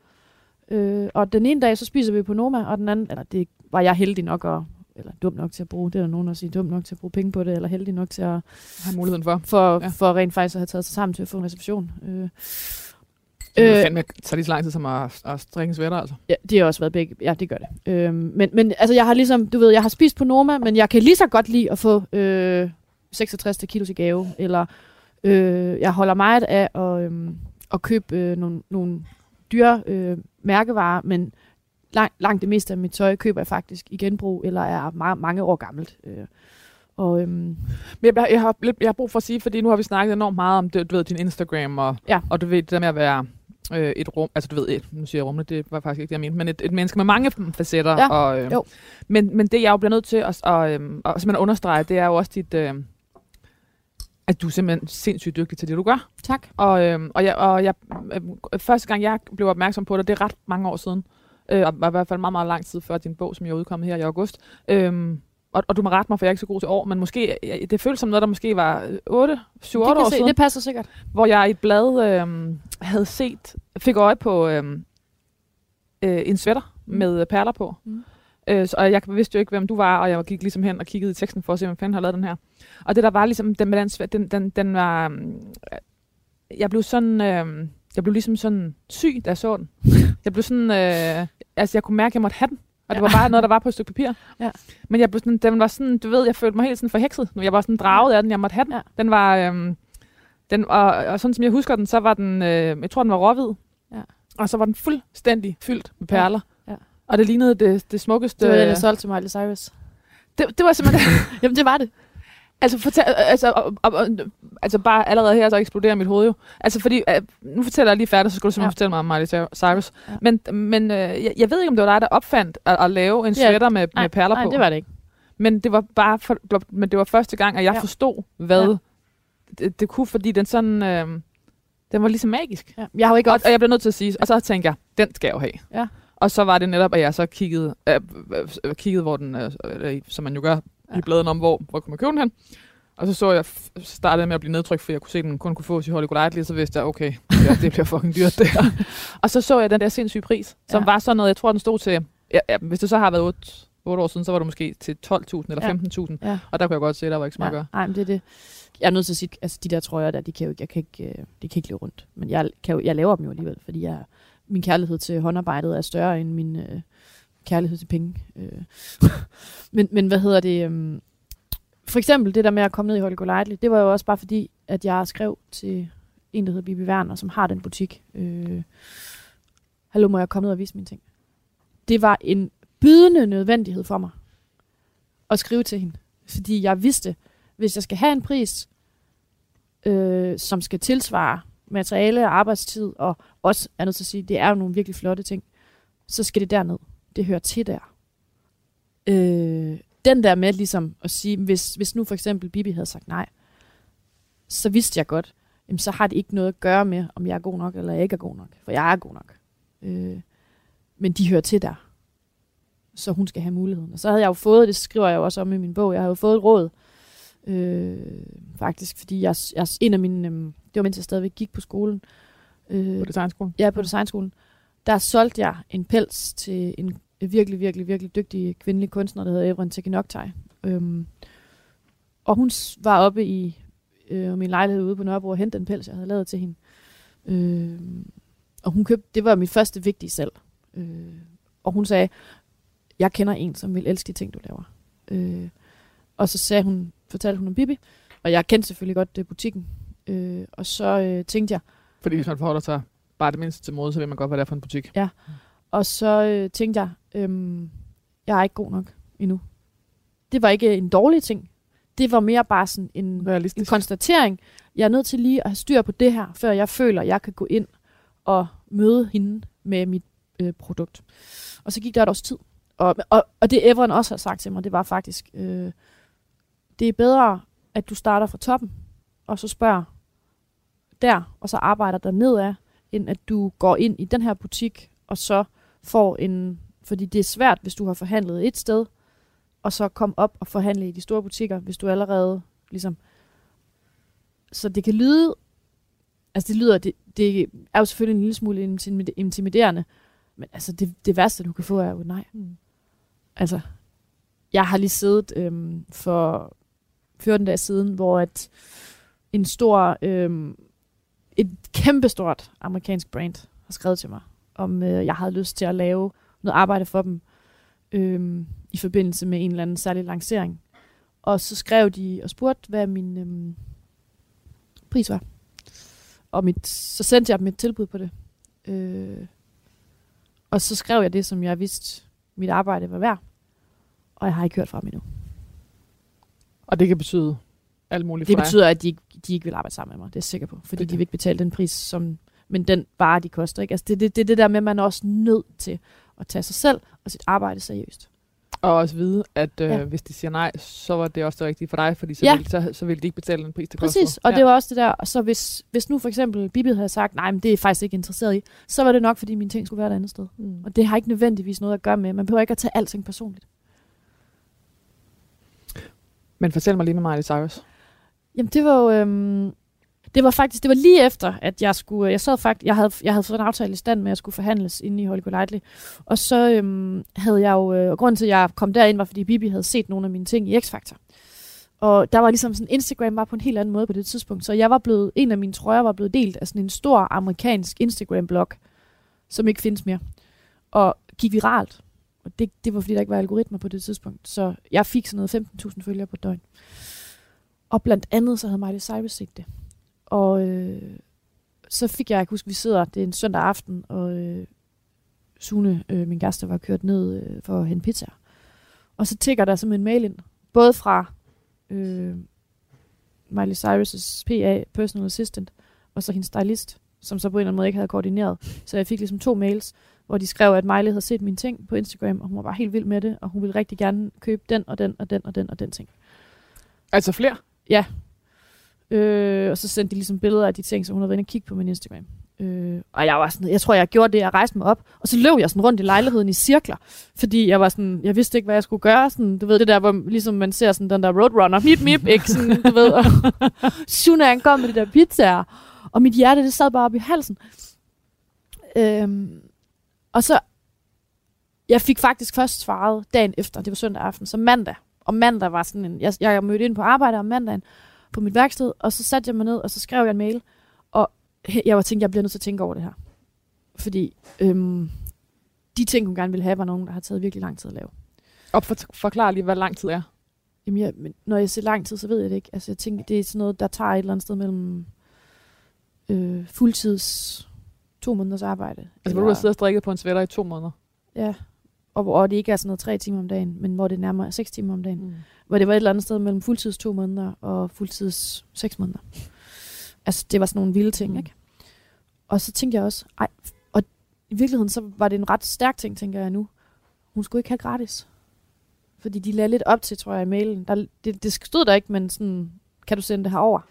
Og den ene dag, så spiser vi på Noma, og den anden, eller det var jeg heldig nok eller dum nok til at bruge, det er der nogen, der siger, dum nok til at bruge penge på det, eller heldig nok til at have muligheden for rent faktisk at have taget sig sammen til at få en reception. Det fandme tager lige så lang tid som at strikke en sweater, altså. Ja, det har også været begge. Ja, det gør det. Men altså, jeg har ligesom, du ved, jeg har spist på Noma, men jeg kan lige så godt lide at få 66 kilos i gave, eller jeg holder meget af at købe nogle dyre mærkevarer, men langt det meste af mit tøj køber jeg faktisk i genbrug, eller er mange år gammelt. Men jeg har brug for at sige, fordi nu har vi snakket enormt meget om det, du ved, din Instagram, og du ved, det der med at være et rum, altså du ved, nu siger jeg rummet, det var faktisk ikke det, jeg mente, men et menneske med mange facetter. Ja, men det, jeg jo bliver nødt til at simpelthen understrege, det er jo også dit... at du er simpelthen sindssygt dygtig til det, du gør. Tak. Og jeg første gang, jeg blev opmærksom på det, det er ret mange år siden, og var i hvert fald meget, meget lang tid før din bog, som jeg er udkommet her i august. Og du må rette mig, for jeg er ikke så god til år, men måske, det føles som noget, der måske var 7-8 år siden. Det passer sikkert. Hvor jeg i et blad fik øje på en sweater med perler på. Og jeg vidste jo ikke, hvem du var, og jeg gik ligesom hen og kiggede i teksten for at se, hvem fanden har lavet den her. Og det der var ligesom, den var... Jeg blev ligesom sådan syg, da jeg så den. Jeg blev sådan... jeg kunne mærke, at jeg måtte have den. Og det var bare noget, der var på et stykke papir. Ja. Men jeg blev sådan, den var sådan, du ved, jeg følte mig helt sådan forhekset. Jeg var sådan draget af den, jeg måtte have den. Ja. Den var... og sådan som jeg husker den, så var den... jeg tror, den var råhvid. Ja. Og så var den fuldstændig fyldt med perler. Ja. Og det lignede det smukkeste... Det var den, jeg solgte til Miley Cyrus. Det var simpelthen... Jamen, det var det. Altså bare allerede her, så eksploderer mit hoved jo. Altså fordi, nu fortæller jeg lige færdigt, så skulle du simpelthen fortælle mig om Miley Cyrus. Ja. Men jeg ved ikke, om det var dig, der opfandt at lave en sweater med perler på. Nej, det var det ikke. Men det var men det var første gang, at jeg forstod, hvad det kunne, fordi den sådan... den var ligesom magisk. Ja. Jeg har jo ikke og jeg blev nødt til at sige, og så tænkte jeg, den skal jeg jo have. Ja. Og så var det netop, at jeg så kiggede hvor den, som man jo gør i bladen om, hvor kunne man købe den hen. Og så jeg startede med at blive nedtrykt, for jeg kunne se, at den kun kunne fås i Hollywood Lightly, så vidste jeg, okay, det bliver fucking dyrt det her. Og så jeg den der sindssyge pris, som var sådan noget, jeg tror, den stod til, hvis det så har været 8 år siden, så var det måske til 12.000 eller 15.000. Ja. Og der kunne jeg godt se, at der var ikke så meget at gøre. Nej, men det er det. Jeg er nødt til at sige, altså de der trøjer der, de kan ikke løbe rundt. Men jeg laver dem jo alligevel, fordi min kærlighed til håndarbejdet er større end min kærlighed til penge. Men hvad hedder det? For eksempel det der med at komme ned i Hollywood Lightly, det var jo også bare fordi, at jeg skrev til en, der hedder Bibi Werner, som har den butik. Hallo, må jeg komme ned og vise mine ting? Det var en bydende nødvendighed for mig at skrive til hende. Fordi jeg vidste, hvis jeg skal have en pris, som skal tilsvare materiale, arbejdstid, og også, er nødt til at sige, det er jo nogle virkelig flotte ting, så skal det derned. Det hører til der. den der med ligesom at sige, hvis nu for eksempel Bibi havde sagt nej, så vidste jeg godt, jamen, så har det ikke noget at gøre med, om jeg er god nok, eller jeg ikke er god nok. For jeg er god nok. Men de hører til der. Så hun skal have muligheden. Og så havde jeg jo fået, det skriver jeg jo også om i min bog, jeg havde jo fået et råd, faktisk, fordi jeg en af mine, det var mens jeg stadigvæk gik på skolen. På designskolen? Ja, på designskolen. Der solgte jeg en pels til en virkelig, virkelig, virkelig dygtig kvindelig kunstner, der hedder Evren Tekinoktaj. Og hun var oppe i min lejlighed ude på Nørrebro og hente den pels, jeg havde lavet til hende. Og hun købte, det var mit første vigtige salg. Og hun sagde, jeg kender en, som vil elske de ting, du laver. Og så fortalte hun om Bibi, og jeg kendte selvfølgelig godt butikken. Og så tænkte jeg... Fordi hvis man forholder sig bare det mindste til mode, så ved man godt, hvad det er for en butik. Ja, og så tænkte jeg, jeg er ikke god nok endnu. Det var ikke en dårlig ting. Det var mere bare sådan en konstatering. Jeg er nødt til lige at have styr på det her, før jeg føler, at jeg kan gå ind og møde hende med mit produkt. Og så gik der et års tid. Og det Evren også har sagt til mig, det var faktisk, det er bedre, at du starter fra toppen, og så spørger der, og så arbejder der nedad, end at du går ind i den her butik, og så får fordi det er svært, hvis du har forhandlet et sted, og så kom op og forhandle i de store butikker, hvis du allerede ligesom... Så det kan lyde... Altså det er jo selvfølgelig en lille smule intimiderende, men altså det værste, du kan få, er jo nej. Altså, jeg har lige siddet for 14 dage siden, hvor et kæmpestort amerikansk brand har skrevet til mig, om jeg havde lyst til at lave noget arbejde for dem i forbindelse med en eller anden særlig lancering. Og så skrev de og spurgte, hvad min pris var. Og så sendte jeg dem et tilbud på det. Og så skrev jeg det, som jeg vidste, mit arbejde var værd. Og jeg har ikke hørt fra dem endnu. Og det kan betyde alt muligt for dig? Det betyder, at de ikke vil arbejde sammen med mig. Det er jeg sikker på. Fordi de vil ikke betale den pris, men den vare, de koster. Ikke? Altså det er det der med, at man er også nødt til at tage sig selv og sit arbejde seriøst. Og også vide, at hvis de siger nej, så var det også det rigtige for dig, fordi så vil de ikke betale den pris, det koster. Præcis, og det var også det der. Og så hvis nu for eksempel Bibi havde sagt, nej, men det er faktisk ikke interesseret i, så var det nok, fordi mine ting skulle være et andet sted. Og det har ikke nødvendigvis noget at gøre med. Man behøver ikke at tage alting personligt. Men fortæl mig lige med Miley Cyrus. Jamen det var jo... Det var lige efter, at jeg havde fået en aftale i stand med, at jeg skulle forhandles inde i Holly Golightly. Og så havde jeg jo... grunden til, at jeg kom derind, var, fordi Bibi havde set nogle af mine ting i X-Factor. Og der var ligesom sådan... Instagram var på en helt anden måde på det tidspunkt. Så en af mine trøjer var blevet delt af sådan en stor amerikansk Instagram-blog, som ikke findes mere. Og gik viralt. Og det var, fordi der ikke var algoritmer på det tidspunkt. Så jeg fik sådan noget 15.000 følgere på et døgn. Og blandt andet, så havde Miley Cyrus set det. Og så fik jeg huske, vi sidder, det er en søndag aften, og Sune, min kæreste, var kørt ned for at hente pizza. Og så tigger der simpelthen en mail ind, både fra Miley Cyrus' PA, personal assistant, og så hendes stylist, som så på en eller anden måde ikke havde koordineret. Så jeg fik ligesom 2 mails, hvor de skrev, at Miley havde set mine ting på Instagram, og hun var bare helt vild med det, og hun ville rigtig gerne købe den og den og den og den og den ting. Altså flere? Ja. Og så sendte de ligesom billeder af de ting, som hun havde været inde og kigge på min Instagram. Og jeg var sådan, jeg tror, jeg gjorde det, jeg rejste mig op, og så løb jeg sådan rundt i lejligheden i cirkler, fordi jeg var sådan, jeg vidste ikke, hvad jeg skulle gøre, sådan, du ved, det der, hvor ligesom man ser sådan den der Roadrunner, mip, ikke, sådan, du ved, og Sune ankom med det der pizzaer, og mit hjerte, det sad bare op i halsen. Og så, jeg fik faktisk først svaret dagen efter, det var søndag aften, så mandag, og mandag var sådan en, jeg mødte ind på arbejde om mandagen, på mit værksted, og så satte jeg mig ned, og så skrev jeg en mail, og jeg bliver nødt til at tænke over det her. Fordi de ting, hun gerne ville have, var nogen, der har taget virkelig lang tid at lave. Og forklar lige, hvad lang tid er. Jamen, når jeg siger lang tid, så ved jeg det ikke. Altså, jeg tænker, det er sådan noget, der tager et eller andet sted mellem fuldtids 2 måneders arbejde. Altså, hvor du har siddet og strikket på en sweater i 2 måneder? Ja, og det ikke er sådan noget 3 timer om dagen, men hvor det nærmere 6 timer om dagen. Hvor det var et eller andet sted mellem fuldtids 2 måneder og fuldtids 6 måneder. Altså, det var sådan nogle vilde ting, ikke? Og så tænkte jeg også, og i virkeligheden så var det en ret stærk ting, tænker jeg nu. Hun skulle ikke have gratis. Fordi de lagde lidt op til, tror jeg, i mailen. Det stod der ikke, men sådan, kan du sende det her over?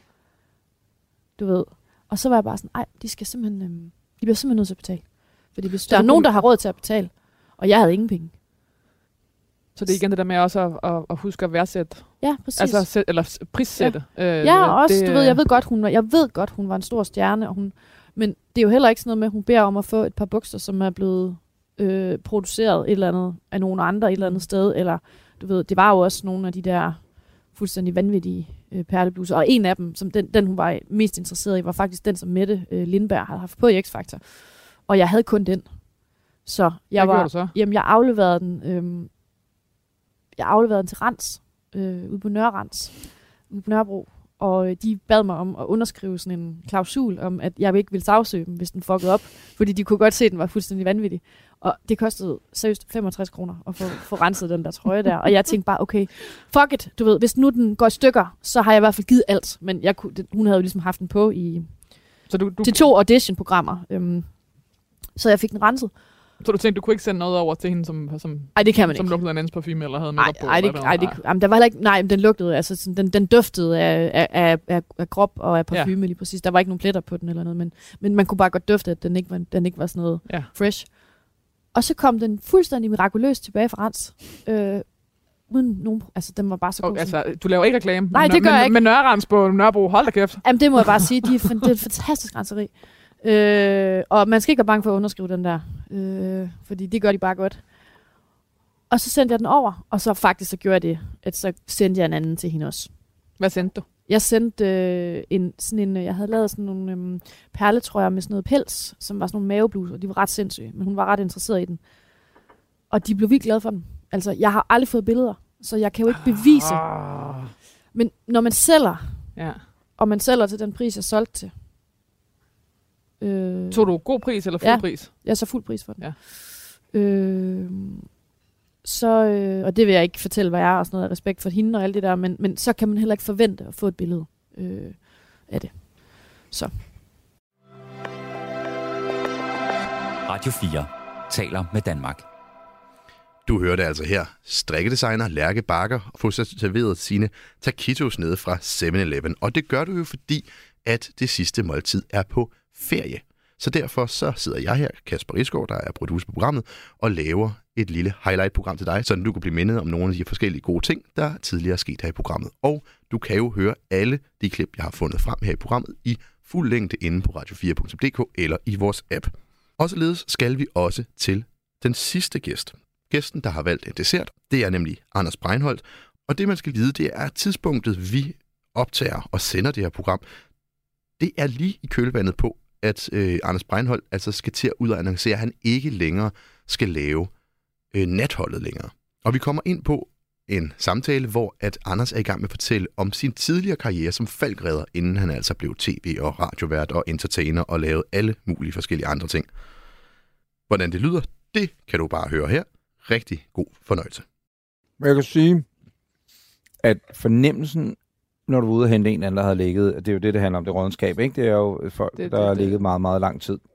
Du ved. Og så var jeg bare sådan, ej, de bliver simpelthen nødt til at betale. Fordi hvis der er nogen, der har råd til at betale, og jeg havde ingen penge. Så det er igen det der med også at huske at værdsætte. Ja, præcis. Altså, eller prissætte. Ja, og også, du ved, jeg ved godt, hun var en stor stjerne, men det er jo heller ikke sådan noget med, at hun beder om at få et par bukser, som er blevet produceret et eller andet af nogen andre et eller andet sted, eller du ved, det var jo også nogle af de der fuldstændig vanvittige perlebluser, og en af dem, som den hun var mest interesseret i, var faktisk den, som Mette Lindberg havde haft på i X-Factor. Og jeg havde kun den. Så jeg jeg afleverede den. Jeg afleverede den til Rans, ude på ude på Nørrebro, og de bad mig om at underskrive sådan en klausul om, at jeg ikke ville sagsøge dem, hvis den fuckede op, fordi de kunne godt se, at den var fuldstændig vanvittig. Og det kostede seriøst 65 kroner at få renset den der trøje der, og jeg tænkte bare, okay, fuck it, du ved, hvis nu den går i stykker, så har jeg i hvert fald givet alt, men hun havde jo ligesom haft den på til 2 audition-programmer, så jeg fik den renset. Så du tænkte, du kunne ikke sende noget over til hende, som det kan man som lugtede af en andens parfume, eller havde makeup på? Jamen, der var heller ikke, nej, den lugtede, altså sådan, den duftede af krop og af parfume lige præcis. Der var ikke nogen pletter på den eller noget, men man kunne bare godt dufte, at den ikke var sådan noget fresh. Og så kom den fuldstændig mirakuløst tilbage fra Rans. Uden nogen, altså den var bare så god. Altså, du laver ikke reklame? Nej, det gør jeg ikke. Men Nørrerens på Nørrebro, hold da kæft. Jamen, det må jeg bare sige, det er et fantastisk renseri. Og man skal ikke være bange for at underskrive den der, fordi det gør de bare godt. Og så sendte jeg den over, og så faktisk så gjorde jeg det, at så sendte jeg en anden til hende også. Hvad sendte du? Jeg sendte jeg havde lavet sådan nogle perletrøjer med sådan noget pels, som var sådan nogle mavebluser, og de var ret sindssyge, men hun var ret interesseret i den. Og de blev virkelig glade for den. Altså, jeg har aldrig fået billeder, så jeg kan jo ikke bevise. Men når man sælger, og man sælger til den pris, jeg solgte til. Tog du god pris eller fuld pris? Ja, så fuld pris for den. Ja. Og det vil jeg ikke fortælle, hvad jeg er, og sådan noget af respekt for hende og alt det der, men så kan man heller ikke forvente at få et billede af det. Så. Radio 4 taler med Danmark. Du hørte altså her strikkedesigner Lærke Bakker få serveret sine taquitos nede fra 7-Eleven. Og det gør du jo fordi, at det sidste måltid er på ferie. Så derfor så sidder jeg her, Kasper Risgaard, der er producer på programmet, og laver et lille highlight-program til dig, så du kan blive mindet om nogle af de forskellige gode ting, der tidligere er sket her i programmet. Og du kan jo høre alle de klip, jeg har fundet frem her i programmet i fuld længde inde på radio4.dk eller i vores app. Og således skal vi også til den sidste gæst. Gæsten, der har valgt en dessert, det er nemlig Anders Breinholt. Og det, man skal vide, det er tidspunktet, vi optager og sender det her program. Det er lige i kølvandet på, at Anders Breinholt altså skal til at ud og annoncere, at han ikke længere skal lave natholdet længere. Og vi kommer ind på en samtale, hvor at Anders er i gang med at fortælle om sin tidligere karriere som falkredder, inden han altså blev tv- og radiovært og entertainer og lavede alle mulige forskellige andre ting. Hvordan det lyder, det kan du bare høre her. Rigtig god fornøjelse. Jeg kan sige, at fornemmelsen, når du er ude og hente en anden, der har ligget, det er jo det handler om, det rådenskab, ikke? Det er jo folk, der har ligget meget, meget lang tid.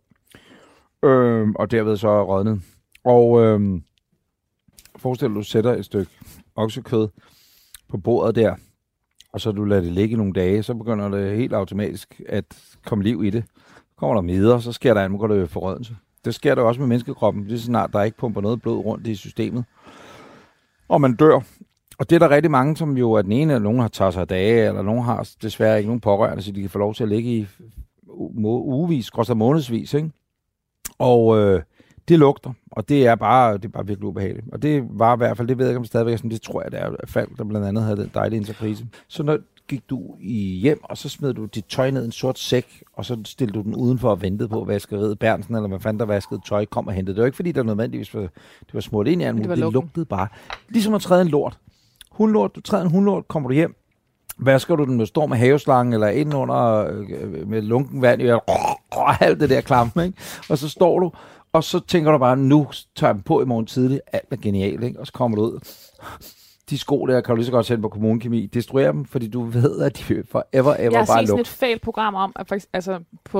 Og derved så er rådnet. Og forestil dig, du sætter et stykke oksekød på bordet der, og så du lader det ligge i nogle dage, så begynder det helt automatisk at komme liv i det. Så kommer der midler, så sker der andet, går det forrådnelse. Det sker der også med menneskekroppen, lige så snart der ikke pumper noget blod rundt i systemet. Og man dør. Og det er der rigtig mange, som jo er den ene, eller nogen har taget sig af dage, eller nogen har desværre ikke nogen pårørende, så de kan få lov til at ligge i ugevis, grås månedsvis, ikke? Og det lugter, og det er bare virkelig ubehageligt. Og det var i hvert fald, det ved jeg ikke om stadigvæk, sådan, det tror jeg, det er Falk, der blandt andet havde den dejlige entreprise. Så når gik du hjem, og så smed du dit tøj ned i en sort sæk, og så stillede du den udenfor og ventede på, at vaskeriet Bernsen, eller hvad fanden der vaskede tøj, kom og hentede. Det var ikke, fordi der nødvendigvis det var smurt ind i anden, det lugtede bare. Ligesom at træde en lort. Hundlort, du træder en hundlort, kommer du hjem, vasker du den med storm af haveslangen, eller ind under med lunken vand, og alt det der klamme, ikke? Og så står du, og så tænker du bare, nu tager jeg dem på i morgen tidlig, alt er genialt, ikke? Og så kommer du ud. De sko der kan du lige så godt sende på kommunekemi. Destruere dem, fordi du ved, at de forever bare Jeg har set sådan lugt. et fail-program om, at faktisk, altså på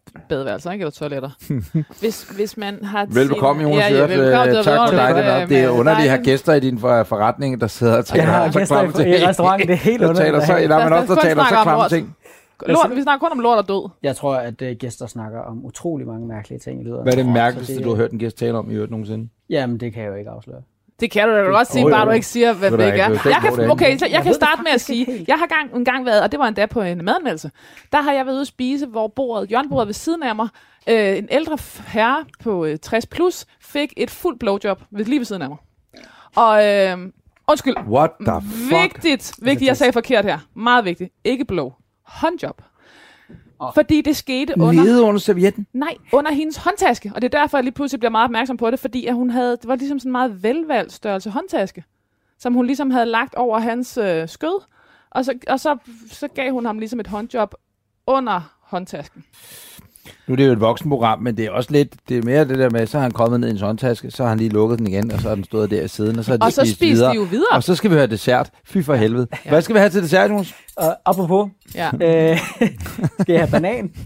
badeværelser, ikke? Eller toiletter. Hvis man har... Velbekomme, Jonas Jørt. Tak for dig. Det er underligt at have gæster i din forretning, der sidder og taler. Jeg har gæster i restauranten, det er helt underligt. Der taler så klamme ting. Vi snakker kun om lort og død. Jeg tror, at gæster snakker om utrolig mange mærkelige ting i løbet af. Hvad er det mærkeligste, du har hørt en gæst tale om i øvrigt nogensinde? Jamen, det kan jeg jo ikke afsløre. Det kan du da godt sige, bare du ikke siger, hvad det ikke er. Jeg kan starte med at sige, jeg har engang været, og det var endda på en madanmeldelse, der har jeg været ude at spise, hvor hjørnebordet ved siden af mig, en ældre herre på 60 plus, fik et fuldt blowjob lige ved siden af mig. Og undskyld, what the fuck? Vigtigt, jeg sagde forkert her, meget vigtigt, ikke blow, håndjob. Fordi det skete under servietten? Nej, under hendes håndtaske. Og det er derfor, jeg lige pludselig bliver meget opmærksom på det, fordi at det var ligesom sådan en meget velvalgt størrelse håndtaske, som hun ligesom havde lagt over hans skød. Og så gav hun ham ligesom et håndjob under håndtasken. Nu er det jo et voksenprogram, men det er også lidt, det er mere det der med, så har han kommet ned i en håndtaske, så har han lige lukket den igen, og så har den stået der i siden, og så har de spist videre. De jo videre. Og så skal vi have dessert. Fy for helvede. Ja. Hvad skal vi have til dessert, Jonas? Apropos. Ja. Skal jeg have banan?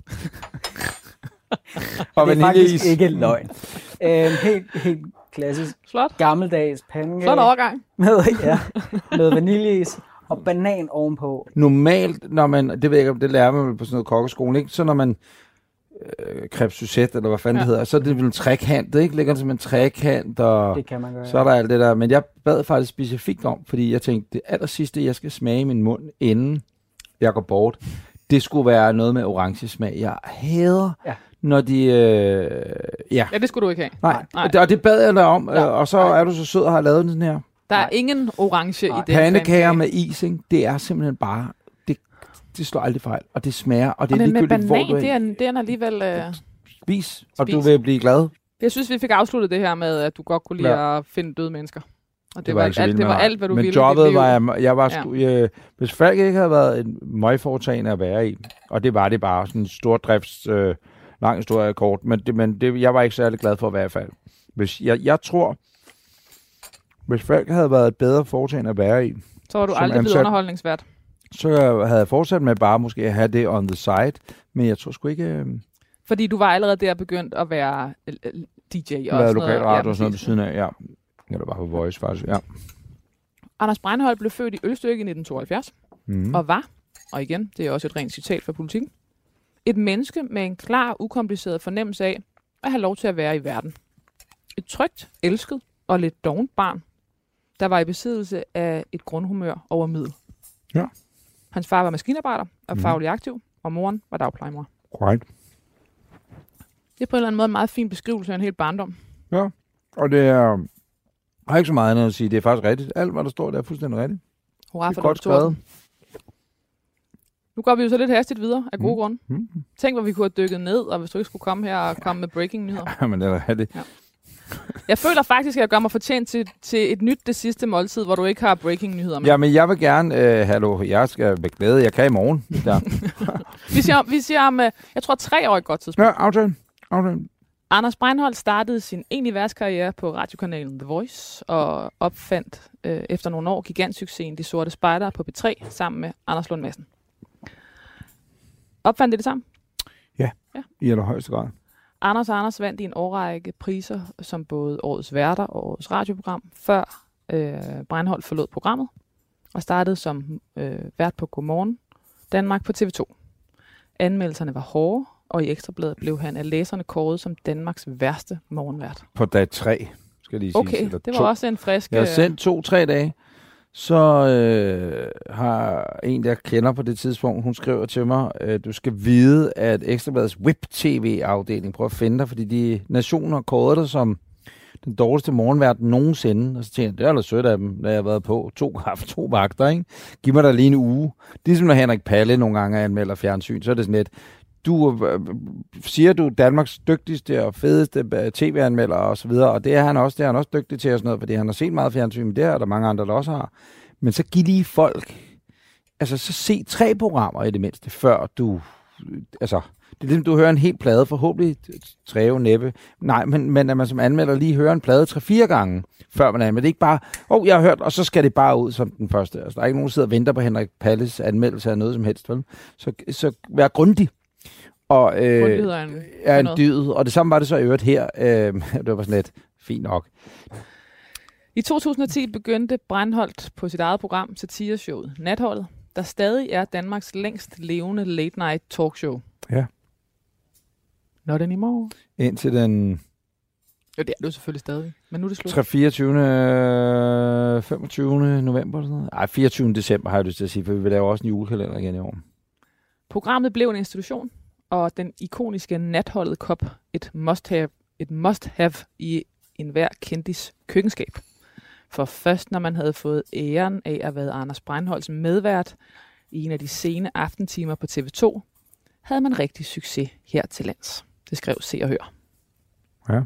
Og det er faktisk ikke løgn. Helt klassisk. Flot. Gammeldags pandekage. Flot overgang. Med vaniljeis. Og banan ovenpå. Normalt, når man, det ved jeg ikke, om det lærer man på sådan noget kokkeskole, ikke? Så når man crêpe Suzette, eller hvad fanden det hedder, så er det vel en trekant, ikke? Ligger det som en trekant, og det kan man gøre, så er der alt det der. Men jeg bad faktisk specifikt om, fordi jeg tænkte, det aller sidste, jeg skal smage i min mund, inden jeg går bort, det skulle være noget med orange smag. Jeg hader, når de... Ja, det skulle du ikke have. Nej. Og det bad jeg dig om, og så er du så sød og har lavet den sådan her. Der er ingen orange i det. Pandekager med is, ikke? Det er simpelthen bare... Det slår aldrig fejl, og det smager, og det er ligegyldigt, banan, hvor du er. Det er alligevel... Spis, og du vil blive glad. Jeg synes, vi fik afsluttet det her med, at du godt kunne lide at finde døde mennesker. Og det var alt, hvad du ville. Men jobbet var jeg var hvis Falk ikke havde været en møgforetagende at være i, og det var det bare, sådan en stordrifts, lang historie kort, men jeg var ikke særlig glad for at være i Falk. Jeg tror, hvis Falk havde været et bedre foretagende at være i, så var du aldrig blevet underholdningsvært. Så havde jeg fortsat med bare måske at have det on the side, men jeg tror sgu ikke... Fordi du var allerede der begyndt at være DJ og sådan lokal radio og sådan noget ved siden af, ja. Eller bare på Voice faktisk, ja. Anders Breinholt blev født i Ølstykke i 1972, og var, og igen, det er også et rent citat fra Politikken, et menneske med en klar, ukompliceret fornemmelse af at have lov til at være i verden. Et trygt, elsket og lidt dovent barn, der var i besiddelse af et grundhumør over middel. Ja. Hans far var maskinarbejder og faglig aktiv, og moren var dagplejemor. Right. Det er på en eller anden måde en meget fin beskrivelse af en hel barndom. Ja, og det er... Jeg har ikke så meget andet at sige. Det er faktisk rigtigt. Alt, hvad der står, der er fuldstændig rigtigt. Hurra for godt skrevet. Nu går vi jo så lidt hastigt videre af gode grunde. Tænk, hvor vi kunne have dykket ned, og hvis du ikke skulle komme her og komme med breaking nyheder. Ja, men det er rigtigt. Ja. Jeg føler faktisk, at jeg gør mig fortjent til et nyt det sidste måltid, hvor du ikke har breaking nyheder med. Ja, men jeg vil gerne... jeg skal med glæde. Jeg kan i morgen. vi siger om, jeg tror 3 år et godt tidspunkt. Ja, aftale. Anders Breinholt startede sin egentlige værtskarriere på radiokanalen The Voice og opfandt efter nogle år gigantsuccesen De Sorte Spejdere på P3 sammen med Anders Lund Madsen. Opfandt det sammen? Ja, i allerhøjeste grad. Anders vandt i en årrække priser som både årets værter og årets radioprogram, før Breinholt forlod programmet og startede som vært på Godmorgen Danmark på TV2. Anmeldelserne var hårde, og i Ekstrabladet blev han af læserne kåret som Danmarks værste morgenvært. På dag 3, skal lige sige. Okay, det var også en frisk... Jeg har sendt 2-3 dage, så har en, jeg kender på det tidspunkt, hun skriver til mig, du skal vide, at Ekstrabladets web-tv-afdeling prøver at finde dig, fordi de nationer kårede dig som den dårligste morgenvært nogensinde. Og så tænkte jeg, det er da sødt af dem, da jeg har været på 2 vagter, ikke? Giv mig da lige en uge. Det er som når Henrik Palle nogle gange anmelder fjernsyn, så er det sådan lidt, siger du Danmarks dygtigste og fedeste tv-anmelder og så videre, og det er han også dygtig til og sådan noget, fordi han har set meget fjernsyn, men det er der mange andre, der også har. Men så giv lige folk, altså så se 3 programmer i det mindste, før du, altså, det er ligesom, du hører en helt plade, forhåbentlig træve næppe. Nej, men at man som anmelder lige hører en plade 3-4 gange, før man anmelder. Det er ikke bare, jeg har hørt, og så skal det bare ud som den første. Altså, der er ikke nogen, der sidder og venter på Henrik Palles anmeldelse af noget som helst. Vel? Så vær grundig. Og er en dyd. Og det samme var det så i øvrigt her. Det var sådan lidt fint nok. I 2010 begyndte Breinholt på sit eget program, satireshowet Natholdet, der stadig er Danmarks længst levende late-night talkshow. Ja. Not anymore. Indtil den... Jo, det er det selvfølgelig stadig, men nu er det slut. 25. november eller sådan noget. Ej, 24. december har jeg lyst til at sige, for vi vil lave også en julekalender igen i år. Programmet blev en institution, og den ikoniske Natholdet Kop et must-have i enhver kendis køkkenskab. For først når man havde fået æren af at være Anders Breinholts medvært i en af de sene aftentimer på TV2, havde man rigtig succes her til lands. Det skrev Se og Hør. Ja.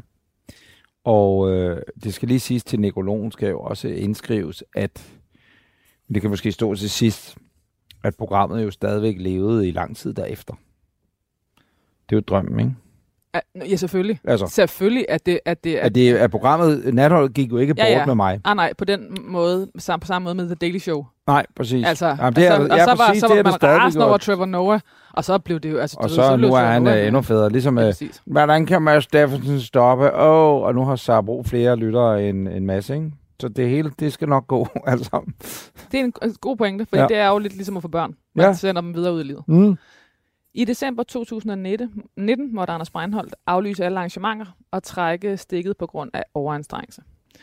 Og det skal lige siges til nekrologen, skal jo også indskrives, at det kan måske stå til sidst, at programmet jo stadigvæk levede i lang tid derefter. Det er jo drømmen, ikke? Ja, selvfølgelig. Altså, selvfølgelig, at programmet Natholdet gik jo ikke bort med mig. Nej, på den måde, på samme måde med The Daily Show. Nej, præcis. Altså, jamen, det er, og så var man rasende over Trevor Noah, og så blev det jo... Altså, og så nu er han endnu federe. Ligesom, hvordan kan Mads Steffensen stoppe? Og nu har Sabro flere lyttere end en masse, ikke? Så det hele, det skal nok gå, altså. Det er en god pointe, for det er jo lidt ligesom at få børn. Man sender dem videre ud i livet. Mm. I december 2019 måtte Anders Breinholt aflyse alle arrangementer og trække stikket på grund af overanstrengelse.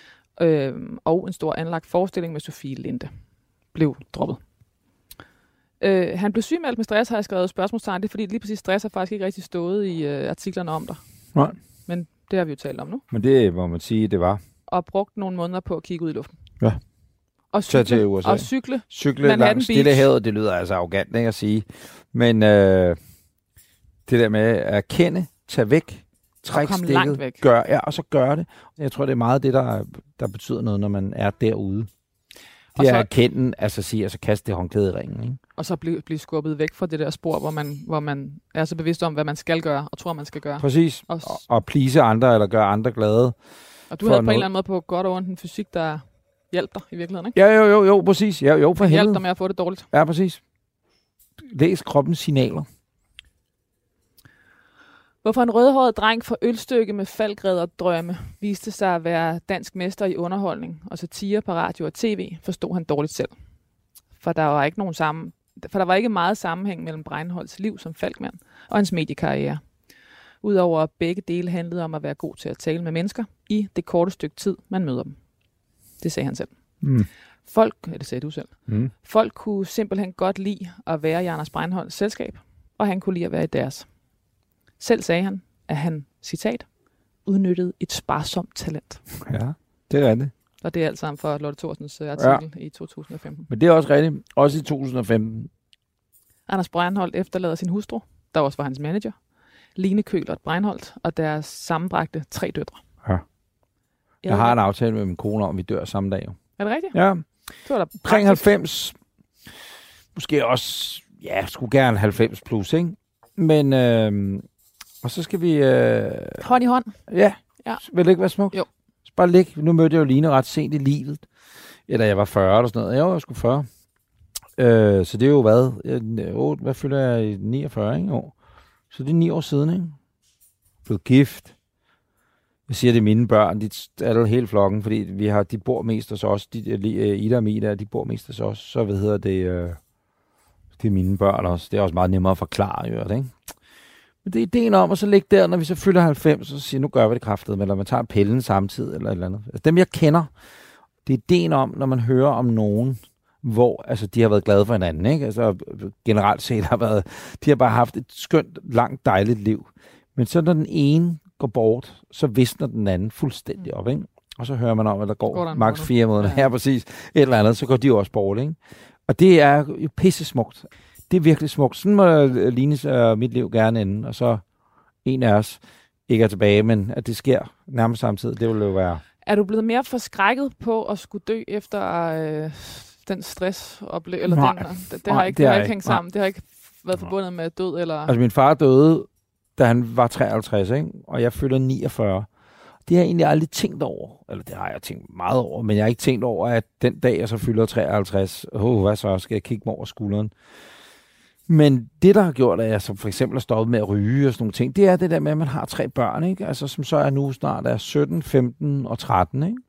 Og en stor anlagt forestilling med Sofie Linde blev droppet. Han blev sygemeldt med stress, har jeg skrevet spørgsmålstegn. Det er fordi lige præcis stress har faktisk ikke rigtig stået i artiklerne om dig. Nej. Men det har vi jo talt om nu. Men det må man sige, det var. Og brugt nogle måneder på at kigge ud i luften. Ja. Og cykle. Cykle langs Stillehavet, det lyder altså arrogant, ikke at sige. Men det der med at erkende, tage væk, trække stikket, og så gøre det. Jeg tror, det er meget det, der betyder noget, når man er derude. Det er at erkende, altså sige, altså kaste det håndklæde i ringen. Ikke? Og så blive skubbet væk fra det der spor, hvor man er så bevidst om, hvad man skal gøre, og tror, man skal gøre. Præcis. Og please andre, eller gøre andre glade. Og du havde på en eller anden måde på godt og ondt en fysik, der hjalp dig i virkeligheden, ikke? Jo, præcis. Jo, for helvede. Hjalp dig med at få det dårligt. Ja, præcis. Læs kroppens signaler. Hvorfor en rødhåret dreng fra Ølstykke med falkrederdrømme viste sig at være dansk mester i underholdning og satire på radio og tv, forstod han dårligt selv. For der var ikke meget sammenhæng mellem Breinholts liv som Falkmand og hans mediekarriere. Udover at begge dele handlede om at være god til at tale med mennesker i det korte stykke tid, man møder dem. Det sagde han selv. Mm. Det sagde du selv. Mm. Folk kunne simpelthen godt lide at være i Anders Breinholts selskab, og han kunne lide at være i deres. Selv sagde han, at han, citat, udnyttede et sparsomt talent. Ja, det er det. Og det er alt sammen for Lotte Thorsens artikel i 2015. Men det er også rigtigt. Også i 2015. Anders Breinholt efterlader sin hustru, der også var hans manager, Line Køhlert Breinholt, og deres sammenbragte 3 døtre. Ja. Jeg har en aftale med min kone om, vi dør samme dag. Er det rigtigt? Ja. Det var omkring 90. Måske også, skulle gerne 90 plus, ikke? Men, og så skal vi... hånd i hånd? Ja. Vil det ikke være smukt? Jo. Så bare ligge. Nu mødte jeg jo Line ret sent i livet. Eller jeg var 40 eller sådan noget. Jeg var sgu 40. Så det er jo hvad fylder jeg i 49, ikke? År. Så det er 9 år siden, ikke? Blevet gift. Jeg siger, det er mine børn. De er hele flokken, fordi de bor mest hos os. Ida og Mida, de bor mest hos os. Så det er mine børn også. Det er også meget nemmere at forklare, ikke? Men det er ideen om at så ligge der, når vi så fylder 90, så siger nu gør vi det kraftigt, eller man tager pillen samtidig, eller et eller andet. Altså, dem jeg kender, det er ideen om, når man hører om nogen, hvor altså, de har været glade for hinanden, ikke? Altså generelt set de har bare haft et skønt, langt, dejligt liv. Men så når den ene går bort, så visner den anden fuldstændig op, ikke? Og så hører man om, at der går maks 4 måneder. Ja. Her præcis. Et eller andet, så går de jo også bort, ikke? Og det er jo pisse smukt. Det er virkelig smukt. Sådan må Lines og mit liv gerne ende. Og så en af os ikke er tilbage, men at det sker nærmest samtidig, det vil jo være... Er du blevet mere forskrækket på at skulle dø efter den stress? Eller nej. Det har ikke hængt sammen. Nej. Det har ikke været forbundet med død? Eller... Altså min far døde, da han var 53, ikke? Og jeg fylder 49. Det har jeg egentlig aldrig tænkt over. Eller det har jeg tænkt meget over, men jeg har ikke tænkt over, at den dag, jeg så fylder 53, hvad så? Skal jeg kigge mig over skulderen? Men det, der har gjort, at jeg som for eksempel har stoppet med at ryge og sådan nogle ting, det er det der med, at man har 3 børn, ikke? Altså, som så er nu snart er 17, 15 og 13, ikke?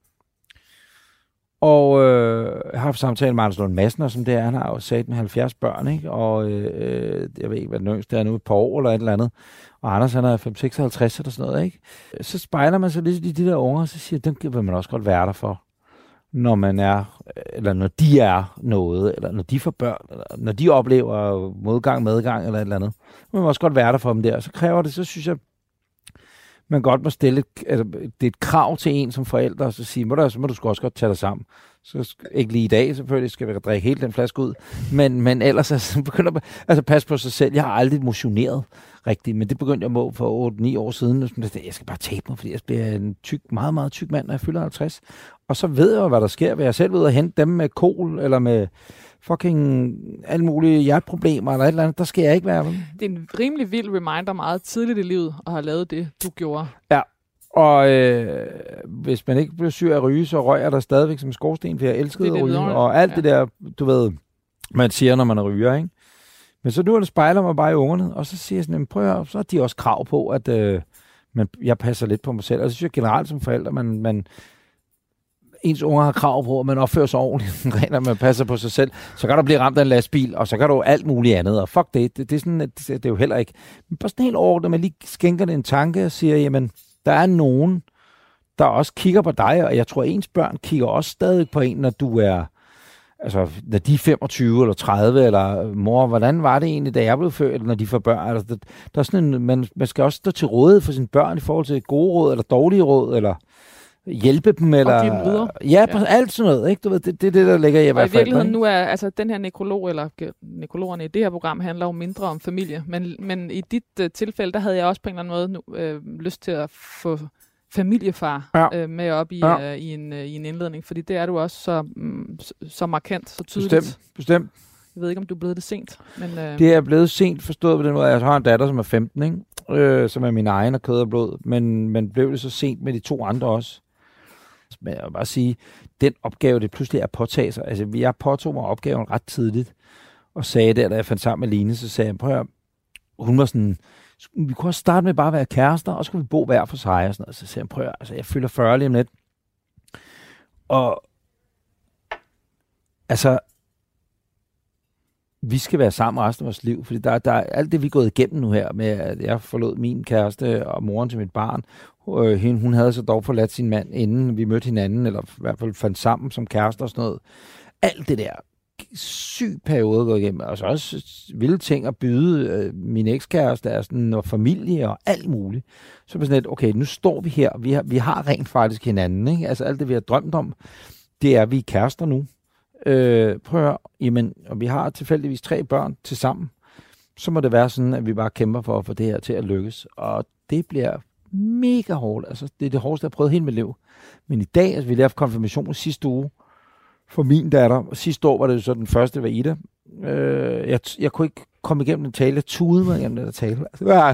Og jeg har haft samtale med Anders Lund Madsen, og som det er, han har jo sat med 70 børn, ikke? Og jeg ved ikke, hvad den yngste er nu, et par år eller et eller andet. Og Anders, han er 56 eller sådan noget, ikke? Så spejler man sig lidt i de der unger, og så siger dem vil man også godt være der for, når man er, eller når de er noget, eller når de får børn, eller når de oplever modgang, medgang, eller et eller andet. Man må også godt være der for dem der. Så kræver det, så synes jeg, man godt må stille, altså, det er et krav til en som forældre, og så sige, så må du sgu også godt tage dig sammen. Så ikke lige i dag, selvfølgelig skal vi drikke hele den flaske ud, men ellers altså, begynder altså passe på sig selv. Jeg har aldrig motioneret rigtigt, men det begyndte jeg må for 8-9 år siden. Jeg skal bare tabe mig, fordi jeg bliver en meget, meget tyk mand, når jeg fylder 50. Og så ved jeg jo, hvad der sker. Vil jeg selv ud og hente dem med kol, eller med fucking alle mulige hjerteproblemer, eller et eller andet, der skal jeg ikke være med. Det er en rimelig vild reminder meget tidligt i livet, at have lavet det, du gjorde. Ja, og hvis man ikke bliver syg af at ryge, så røg jeg der stadigvæk som skorsten, for jeg elskede at ryge, og alt det der, du ved, man siger, når man ryger, ikke? Men så nu er det spejler mig bare i ungerne, og så siger jeg sådan, prøv at, så har de også krav på, at jeg passer lidt på mig selv. Og så synes jeg generelt som forældre, ens unger har krav på, at man opfører sig ordentligt, når man passer på sig selv. Så kan du blive ramt af en lastbil, og så kan du alt muligt andet. Og fuck det, det er sådan, det er jo heller ikke. Men på sådan helt ordentligt, når man lige skænker det en tanke og siger, jamen, der er nogen, der også kigger på dig, og jeg tror, ens børn kigger også stadig på en, når du er, altså, når de er 25 eller 30, eller mor, hvordan var det egentlig, da jeg blev født, eller når de får børn? Altså, der er sådan en, man skal også stå til rådighed for sine børn i forhold til gode råd, eller dårlige råd, eller hjælpe dem, eller... Og give dem videre. Ja, alt sådan noget, ikke? Du ved, det er det, der ligger i at være forældre. Og i virkeligheden nu er, altså den her nekrolog, eller nekrologerne i det her program, handler jo mindre om familie, men i dit tilfælde, der havde jeg også på en eller anden måde lyst til at få familiefar med op i en indledning, fordi det er du også så markant, så tydeligt. Bestemt. Jeg ved ikke, om du er blevet det sent. Men, det er blevet sent forstået på den måde. Jeg har en datter, som er 15, ikke? Som er min egen af kød og blod, men blev det så sent med de 2 andre også. Men jeg vil bare sige, den opgave, det pludselig er at påtage sig. Altså, jeg påtog mig opgaven ret tidligt, og sagde der, da jeg fandt sammen med Line, så sagde jeg, prøv at hun var sådan, vi kunne også starte med bare at være kærester, og så skulle vi bo hver for sig, og sådan noget. Så sagde jeg, prøv at, altså, jeg fylder 40 lige om lidt. Og altså, vi skal være sammen resten af vores liv, fordi der er alt det, vi er gået igennem nu her, med at jeg forlod min kæreste og moren til mit barn. Hun havde så dog forladt sin mand, inden vi mødte hinanden, eller i hvert fald fandt sammen som kærester og sådan noget. Alt det der syg periode gået igennem, og så også vilde ting at byde min ekskæreste og familie og alt muligt. Så var sådan lidt, okay, nu står vi her, vi har rent faktisk hinanden, ikke? Altså alt det, vi har drømt om, det er, at vi er kærester nu. Prøv at høre, jamen, og vi har tilfældigvis 3 børn til sammen, så må det være sådan, at vi bare kæmper for at få det her til at lykkes, og det bliver mega hårdt, altså det er det hårdeste, jeg har prøvet hele mit liv. Men i dag, altså vi lavede konfirmation sidste uge for min datter, og sidste år var det så den første, var Ida. Jeg kunne ikke komme igennem den tale, jeg tudede mig igennem den tale.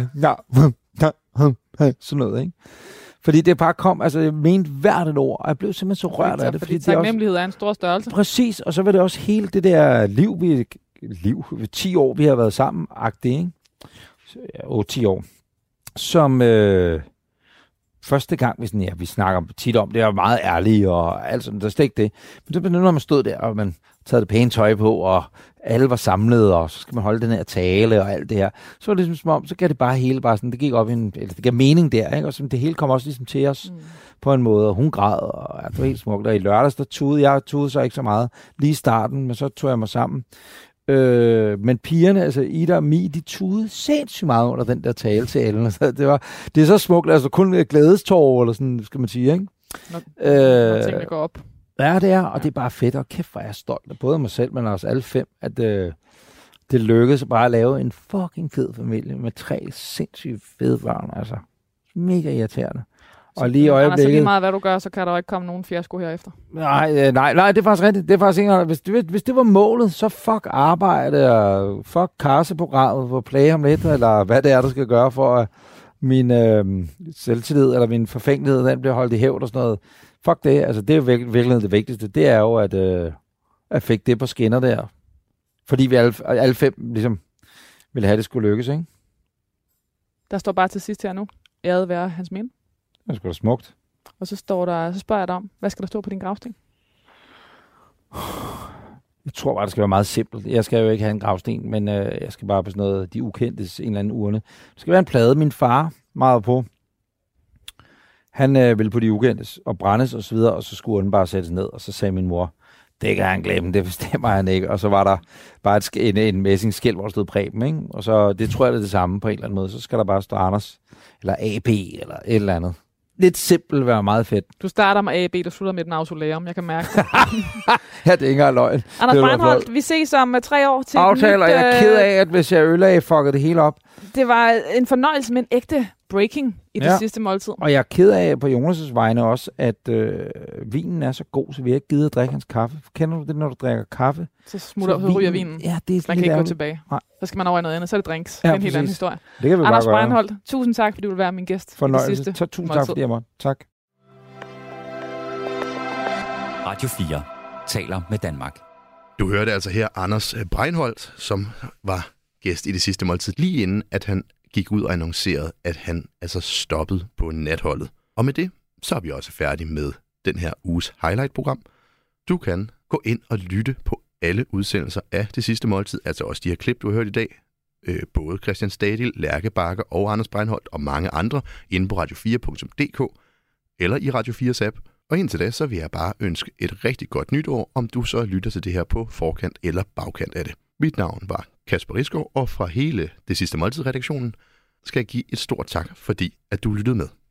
Sådan noget, ikke? Fordi det bare kom, altså jeg mente hvert et ord, og jeg blev simpelthen så rørt af det. Fordi taknemmelighed er en stor størrelse. Præcis, og så var det også hele det der liv, 10 år vi har været sammen, ikke? 8-10 år. Som første gang, vi snakker tit om, det er meget ærlige og alt sådan, der er ikke det. Men det blev når man stod der, og man taget det pæne tøj på, og alle var samlet, og så skal man holde den her tale og alt det her. Så var det ligesom som om, så gav det bare hele, bare sådan, det gik op i det gav mening der, ikke? Og så det hele kom også ligesom til os på en måde, og hun græd, og det var helt smukt. Og i lørdags, der tudede så ikke så meget lige i starten, men så tog jeg mig sammen. Men pigerne, altså Ida og Mi, de tudede sindssygt meget under den der tale til Ellen. Det er så smukt, altså kun glædestår, eller sådan, skal man sige, ikke? Når tingene går op. Ja, det er, og det er bare fedt, og kæft, hvor jeg er stolt af både mig selv, men også alle 5, at det lykkedes bare at lave en fucking fed familie med 3 sindssygt fede børn, altså. Mega irriterende. Og lige i øjeblikket... Altså lige meget, hvad du gør, så kan der ikke komme nogen fiasko herefter. Nej, det er faktisk rigtigt. Det er faktisk ikke... Hvis det var målet, så fuck arbejde, og fuck karseprogrammet for Play om lidt, eller hvad det er, der skal gøre for, at min selvtillid, eller min forfængelighed, den bliver holdt i hævd og sådan noget. Fuck det, altså det er virkelig det vigtigste. Det er jo, at fik det på skinner der. Fordi vi alle 5 ligesom ville have, det skulle lykkes, ikke? Der står bare til sidst her nu, æret være hans minde. Det er sgu da smukt. Og så spørger jeg dig om, hvad skal der stå på din gravsten? Jeg tror bare, det skal være meget simpelt. Jeg skal jo ikke have en gravsten, men jeg skal bare på sådan noget, de ukendtes, en eller anden urne. Det skal være en plade, min far meget på. Han ville på de ukendtes og brændes og så videre, og så skulle urnen bare sættes ned, og så sagde min mor, det kan han glemme, det bestemmer han ikke. Og så var der bare en messingskilt, hvor der stod Preben, ikke? Og så, det tror jeg, det er det samme på en eller anden måde. Så skal der bare stå Anders, eller AB, eller et eller andet. Lidt simpelt være meget fedt. Du starter med AB, du slutter med den autolærum. Jeg kan mærke det. Ja, det er ikke engang løgn. Anders Breinholt, vi ses om 3 år til aftaler. Jeg er ked af, at hvis jeg ødelagde, fuckede det hele op. Det var en fornøjelse med en ægte breaking i det sidste måltid. Og jeg er ked af på Jonas' vegne også, at vinen er så god, så vi har ikke givet at drikke hans kaffe. Kender du det, når du drikker kaffe? Så ryger vinen. Ja, det er man kan ikke gå tilbage. Nej. Så skal man over i noget andet, så er det drinks. Ja, det er en helt anden historie. Det kan vi Anders bare gøre. Breinholt, tusind tak, fordi du vil være min gæst. Fornøjelse. I det sidste Tusind tak, fordi jeg måtte. Tak. Radio 4 taler med Danmark. Du hørte altså her Anders Breinholt, som var gæst i det sidste måltid, lige inden at han gik ud og annoncerede, at han altså stoppede på natholdet. Og med det, så er vi også færdige med den her uges highlight-program. Du kan gå ind og lytte på alle udsendelser af det sidste måltid, altså også de her klip, du har hørt i dag. Både Christian Stadil, Lærke Bakker og Anders Breinholt og mange andre inde på radio4.dk eller i Radio 4's app. Og indtil da, så vil jeg bare ønske et rigtig godt nytår, om du så lytter til det her på forkant eller bagkant af det. Mit navn var Kasper Risgaard, og fra hele det sidste måltid-redaktionen skal jeg give et stort tak, fordi at du lyttede med.